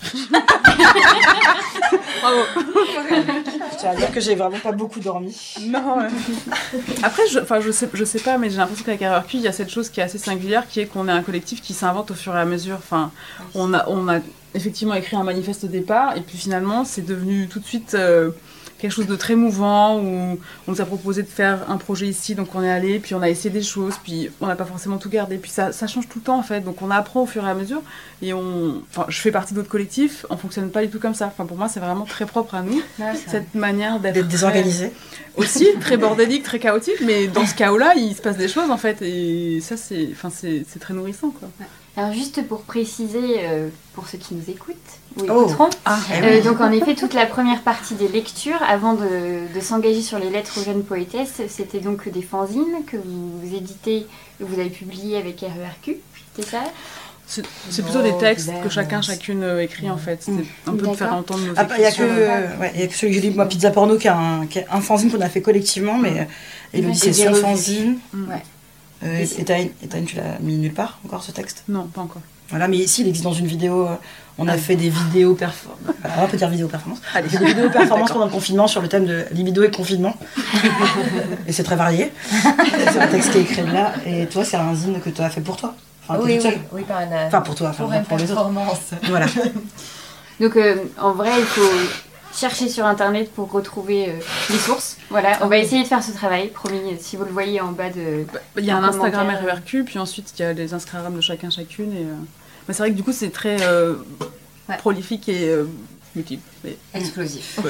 Bravo. Je tiens à dire que j'ai vraiment pas beaucoup dormi. Non. Ouais. Après, je, enfin, je sais, je sais pas, mais j'ai l'impression qu'avec R E R Q, il y a cette chose qui est assez singulière, qui est qu'on est un collectif qui s'invente au fur et à mesure. Enfin, on a, on a effectivement écrit un manifeste au départ, et puis finalement, c'est devenu tout de suite euh, quelque chose de très mouvant, où on nous a proposé de faire un projet ici, donc on est allé, puis on a essayé des choses, puis on n'a pas forcément tout gardé, puis ça, ça change tout le temps en fait, donc on apprend au fur et à mesure, et on, enfin, je fais partie d'autres collectifs, on fonctionne pas du tout comme ça, enfin pour moi c'est vraiment très propre à nous, ouais, cette manière d'être, d'être désorganisé, aussi très bordélique, très chaotique, mais dans ce chaos-là il se passe des choses en fait, et ça c'est, enfin c'est, c'est très nourrissant quoi. Ouais. Alors juste pour préciser, euh, pour ceux qui nous écoutent ou Oh. écouteront, Ah, eh euh, oui. donc en effet toute la première partie des lectures, avant de, de s'engager sur les lettres aux jeunes poétesses, c'était donc des fanzines que vous éditez, que vous avez publiées avec R E R Q, c'est ça? C'est c'est plutôt Oh, des textes divers, que chacun, euh, chacune euh, écrit en fait. C'est un peu de faire D'accord. entendre nos Ah, il y a que, écritures. euh, ouais, il y a que celui que j'ai lu, moi, Pizza Porno, qui est un, qui est un fanzine qu'on a fait collectivement, mais euh, Elodie, Ouais, c'est et son des revues. fanzine. Mm. Ouais. Euh, et Taïn, et Taïn, tu l'as mis nulle part, encore, ce texte? Non, pas encore. Voilà, mais ici, il existe dans une vidéo. euh, on a fait des vidéos performances. On peut dire vidéo performance. Allez. On a fait des vidéos performances pendant le confinement sur le thème de libido et confinement. Et c'est très varié. C'est un texte qui est écrit là. Et toi, c'est un zine que tu as fait pour toi. Enfin, t'es Oui, toute oui, seule. oui, pas un, Enfin, pour toi, enfin, pour pas une pour les autres. performance. Voilà. Donc euh, en vrai, il faut chercher sur internet pour retrouver euh, les sources. Voilà, on va essayer de faire ce travail, promis, si vous le voyez en bas de... Bah, Il y a un En Instagram commentaire. R E R Q, puis ensuite il y a les Instagram de chacun, chacune. Et, euh, mais c'est vrai que du coup c'est très euh, Ouais. prolifique et euh, multiple. Mais... Explosif.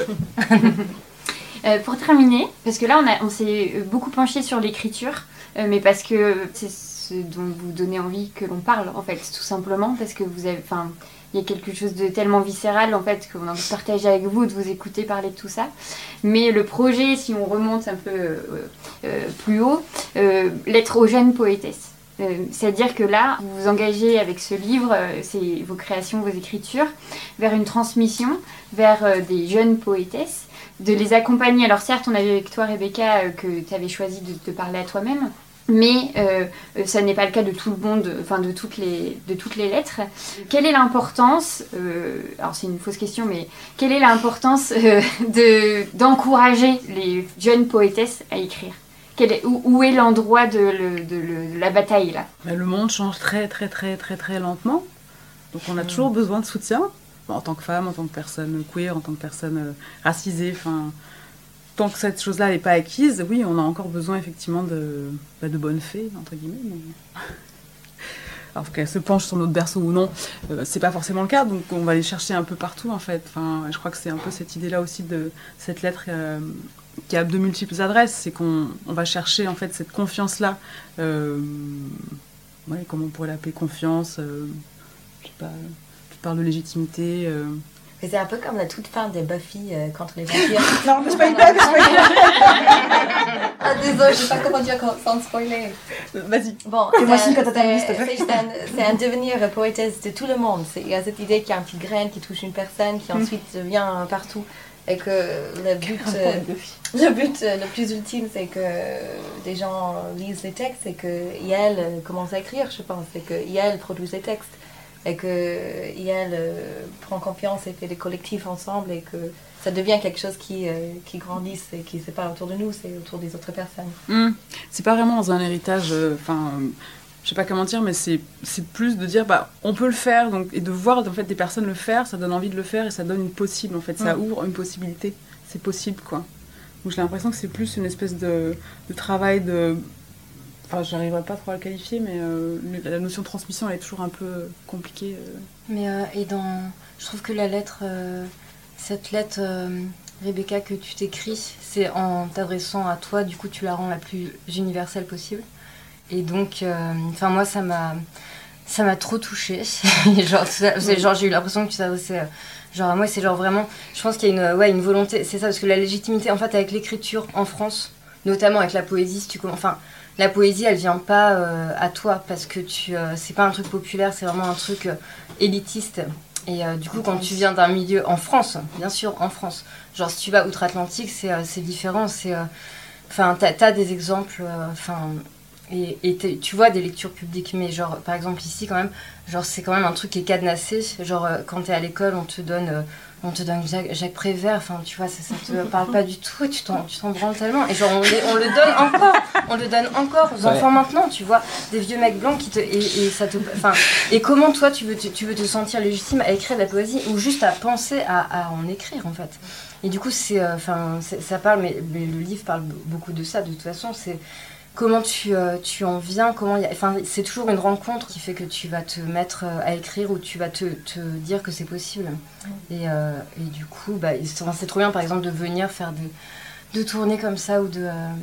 Euh, pour terminer, parce que là on, a, on s'est beaucoup penché sur l'écriture, euh, mais parce que c'est ce dont vous donnez envie que l'on parle en fait, tout simplement, parce que vous avez, enfin, il y a quelque chose de tellement viscéral en fait qu'on a envie de partager avec vous, de vous écouter parler de tout ça. Mais le projet, si on remonte un peu euh, euh, plus haut, euh, l'être aux jeunes poétesses. Euh, C'est-à-dire que là, vous vous engagez avec ce livre, euh, c'est vos créations, vos écritures, vers une transmission, vers euh, des jeunes poétesses, de les accompagner. Alors certes, on a vu avec toi, Rebecca, euh, que tu avais choisi de te parler à toi-même, mais euh, euh, ça n'est pas le cas de tout le monde, enfin de toutes les, de toutes les lettres. Quelle est l'importance, euh, alors c'est une fausse question, mais quelle est l'importance euh, de, d'encourager les jeunes poétesses à écrire? Quel est, où, où est l'endroit de, le- de le- de la bataille là? Mais le monde change très très très très très lentement. Donc on a toujours besoin de soutien. Bon, en tant que femme, en tant que personne queer, en tant que personne euh, racisée, enfin... Tant que cette chose-là n'est pas acquise, oui, on a encore besoin effectivement de, bah, de bonnes fées, entre guillemets. Mais... Alors qu'elles se penchent sur notre berceau ou non, euh, c'est pas forcément le cas, donc on va les chercher un peu partout en fait. Enfin, je crois que c'est un peu cette idée-là aussi de cette lettre euh, qui a de multiples adresses, c'est qu'on on va chercher en fait cette confiance-là. Euh, ouais, comment on pourrait l'appeler, confiance, euh, je sais pas, tu parles de légitimité. Euh, Mais c'est un peu comme la toute fin de Buffy euh, contre les vampires. Non, mais c'est pas une blague, c'est pas une blague. Ah, désolé, je sais pas comment dire sans spoiler. Vas-y. Bon, Et moi c'est aussi, un- quand t'as terminé, s'il te plaît. c'est- c'est un, c'est un devenir poétesse de tout le monde. C'est- Il y a cette idée qu'il y a une petite graine qui touche une personne, qui ensuite devient partout. Et que le but, euh, le but euh, le plus ultime, c'est que des gens lisent les textes et que Yael euh, commence à écrire, je pense. Et que Yael produit les textes. Et que Yael euh, prend confiance et fait des collectifs ensemble. Et que ça devient quelque chose qui, euh, qui grandisse et qui c'est pas autour de nous, c'est autour des autres personnes. Mmh. C'est pas vraiment dans un héritage, enfin, euh, je sais pas comment dire, mais c'est c'est plus de dire, bah, on peut le faire, donc, et de voir en fait des personnes le faire, ça donne envie de le faire et ça donne une possible, en fait, ça Mmh. ouvre une possibilité, c'est possible, quoi. Donc j'ai l'impression que c'est plus une espèce de, de travail de, enfin, j'arriverai pas trop à le qualifier, mais euh, la notion de transmission, elle est toujours un peu compliquée. euh. Mais euh, et dans, je trouve que la lettre, euh, cette lettre, euh, Rebecca, que tu t'écris, c'est en t'adressant à toi. Du coup, tu la rends la plus universelle possible. Et donc, enfin moi, ça m'a, ça m'a trop touchée. genre, ça- c'est genre, j'ai eu l'impression que tu t'adressais, euh, genre à moi, c'est genre vraiment, je pense qu'il y a une, ouais, une volonté. C'est ça, parce que la légitimité, en fait, avec l'écriture en France, notamment avec la poésie, si tu commences, enfin. La poésie, elle vient pas euh, à toi parce que tu, euh, c'est pas un truc populaire, c'est vraiment un truc euh, élitiste. Et euh, du coup, quand tu viens d'un milieu en France, bien sûr, en France, genre si tu vas outre-Atlantique, c'est euh, c'est différent. C'est, enfin, t'as, t'as des exemples, enfin, et, et t'es- tu vois des lectures publiques, mais genre, par exemple ici quand même, genre c'est quand même un truc qui est cadenassé. Genre euh, quand t'es à l'école, on te donne. euh, on te donne Jacques, Jacques Prévert, enfin tu vois, ça, ça te parle pas du tout et tu t'en, tu t'en branles tellement. Et genre on, les- on le donne encore, on le donne encore aux enfants maintenant, tu vois, des vieux mecs blancs qui te. Et, et ça te. Enfin, et comment toi tu veux, te, tu veux te sentir légitime à écrire de la poésie ou juste à penser à, à en écrire en fait. Et du coup, c'est. Enfin, c'est- ça parle, mais, mais le livre parle beaucoup de ça de toute façon, c'est. Comment tu, euh, tu en viens, comment y a... enfin, c'est toujours une rencontre qui fait que tu vas te mettre euh, à écrire ou tu vas te, te dire que c'est possible. Et, euh, et du coup, bah, c'est, enfin, c'est trop bien par exemple de venir faire de, de tournées comme ça ou de, euh,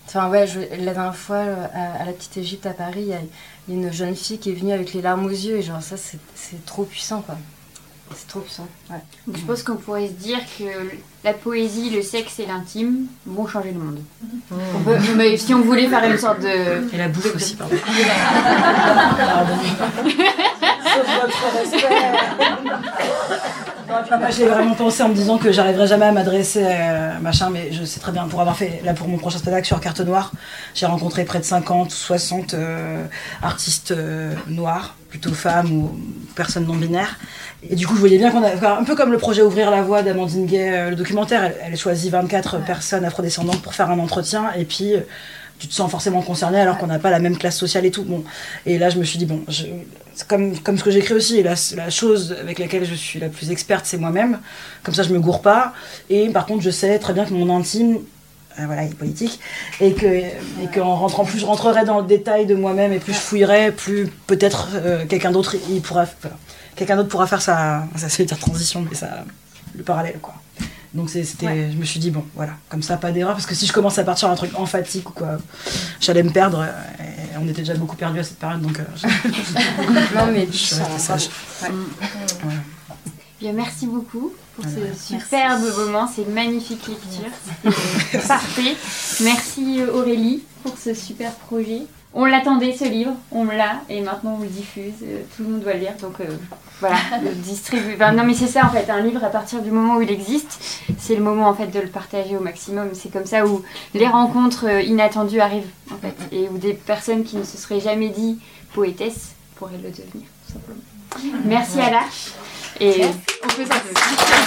Enfin, ouais, je, la dernière fois, à, à la Petite Égypte à Paris, il y a une jeune fille qui est venue avec les larmes aux yeux, et genre, ça, c'est, c'est trop puissant, quoi. C'est trop puissant, ouais. Donc, je pense qu'on pourrait se dire que la poésie, le sexe et l'intime vont changer le monde. Mmh. On peut, mais si on voulait faire une sorte de... Et la bouffe de... aussi, pardon. Pardon. Sauf votre respect. Non, moi, j'ai vraiment pensé en me disant que j'arriverais jamais à m'adresser à machin, mais je sais très bien, pour avoir fait, là pour mon prochain spectacle sur Carte Noire, j'ai rencontré près de cinquante ou soixante euh, artistes euh, noirs, plutôt femmes ou personnes non binaires. Et du coup, je voyais bien qu'on a, un peu comme le projet Ouvrir la voie d'Amandine Gay, euh, le documentaire, elle, elle choisit vingt-quatre ouais. personnes afrodescendantes pour faire un entretien, et puis euh, tu te sens forcément concerné alors qu'on n'a pas la même classe sociale et tout. Bon. Et là, je me suis dit, bon, je, c'est comme, comme ce que j'écris aussi, la, la chose avec laquelle je suis la plus experte, c'est moi-même. Comme ça, je me gourre pas. Et par contre, je sais très bien que mon intime, euh, voilà, il est politique, et que et qu'en rentrant, plus je rentrerai dans le détail de moi-même et plus je fouillerai, plus peut-être euh, quelqu'un d'autre il pourra, voilà, quelqu'un d'autre pourra faire sa, ça se fait dire transition, mais ça, le parallèle, quoi. Donc c'est, c'était, ouais. je me suis dit, bon, voilà, comme ça, pas d'erreur, parce que si je commence à partir un truc emphatique ou quoi, j'allais me perdre, et on était déjà beaucoup perdus à cette période, donc... Euh, je, non, mais je suis restée sage. Ouais. Ouais. Bien, merci beaucoup pour ouais, ce ouais. superbe merci. moment, c'est magnifique lecture, c'était parfait. Merci Aurélie pour ce super projet. On l'attendait ce livre, on l'a, et maintenant on le diffuse, euh, tout le monde doit le lire, donc euh, voilà, le distribuer. Enfin, non mais c'est ça en fait, un livre à partir du moment où il existe, c'est le moment en fait de le partager au maximum. C'est comme ça où les rencontres euh, inattendues arrivent en fait, et où des personnes qui ne se seraient jamais dit poétesses pourraient le devenir, tout simplement. Merci Ala, et merci. On peut s'applaudir.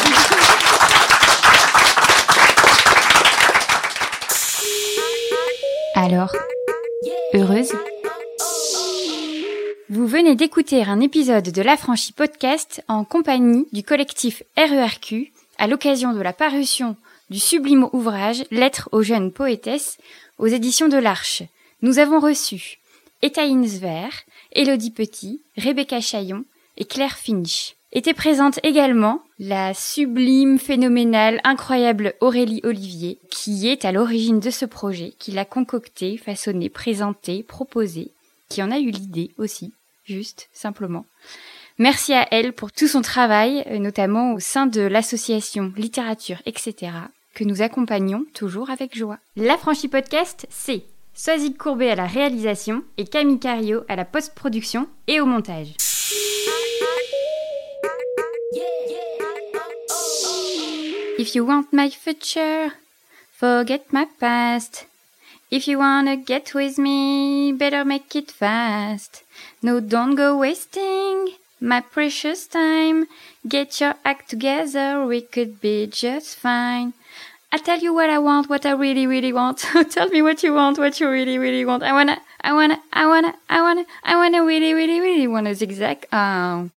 Alors, heureuse? Vous venez d'écouter un épisode de l'Affranchi Podcast en compagnie du collectif R E R Q à l'occasion de la parution du sublime ouvrage Lettres aux jeunes poétesses aux éditions de l'Arche. Nous avons reçu Etaïn Zver, Élodie Petit, Rebecca Chaillon et Claire Finch. Était présente également la sublime, phénoménale, incroyable Aurélie Olivier, qui est à l'origine de ce projet, qui l'a concocté, façonné, présenté, proposé, qui en a eu l'idée aussi, juste, simplement. Merci à elle pour tout son travail, notamment au sein de l'association Littérature, et cetera, que nous accompagnons toujours avec joie. L'Affranchi Podcast, c'est Soazic Courbet à la réalisation et Camille Cario à la post-production et au montage. If you want my future, forget my past. If you wanna get with me, better make it fast. No, don't go wasting my precious time. Get your act together, we could be just fine. I tell you what I want, what I really, really want. Tell me what you want, what you really, really want. I wanna, I wanna, I wanna, I wanna, I wanna really, really, really wanna zigzag. Oh.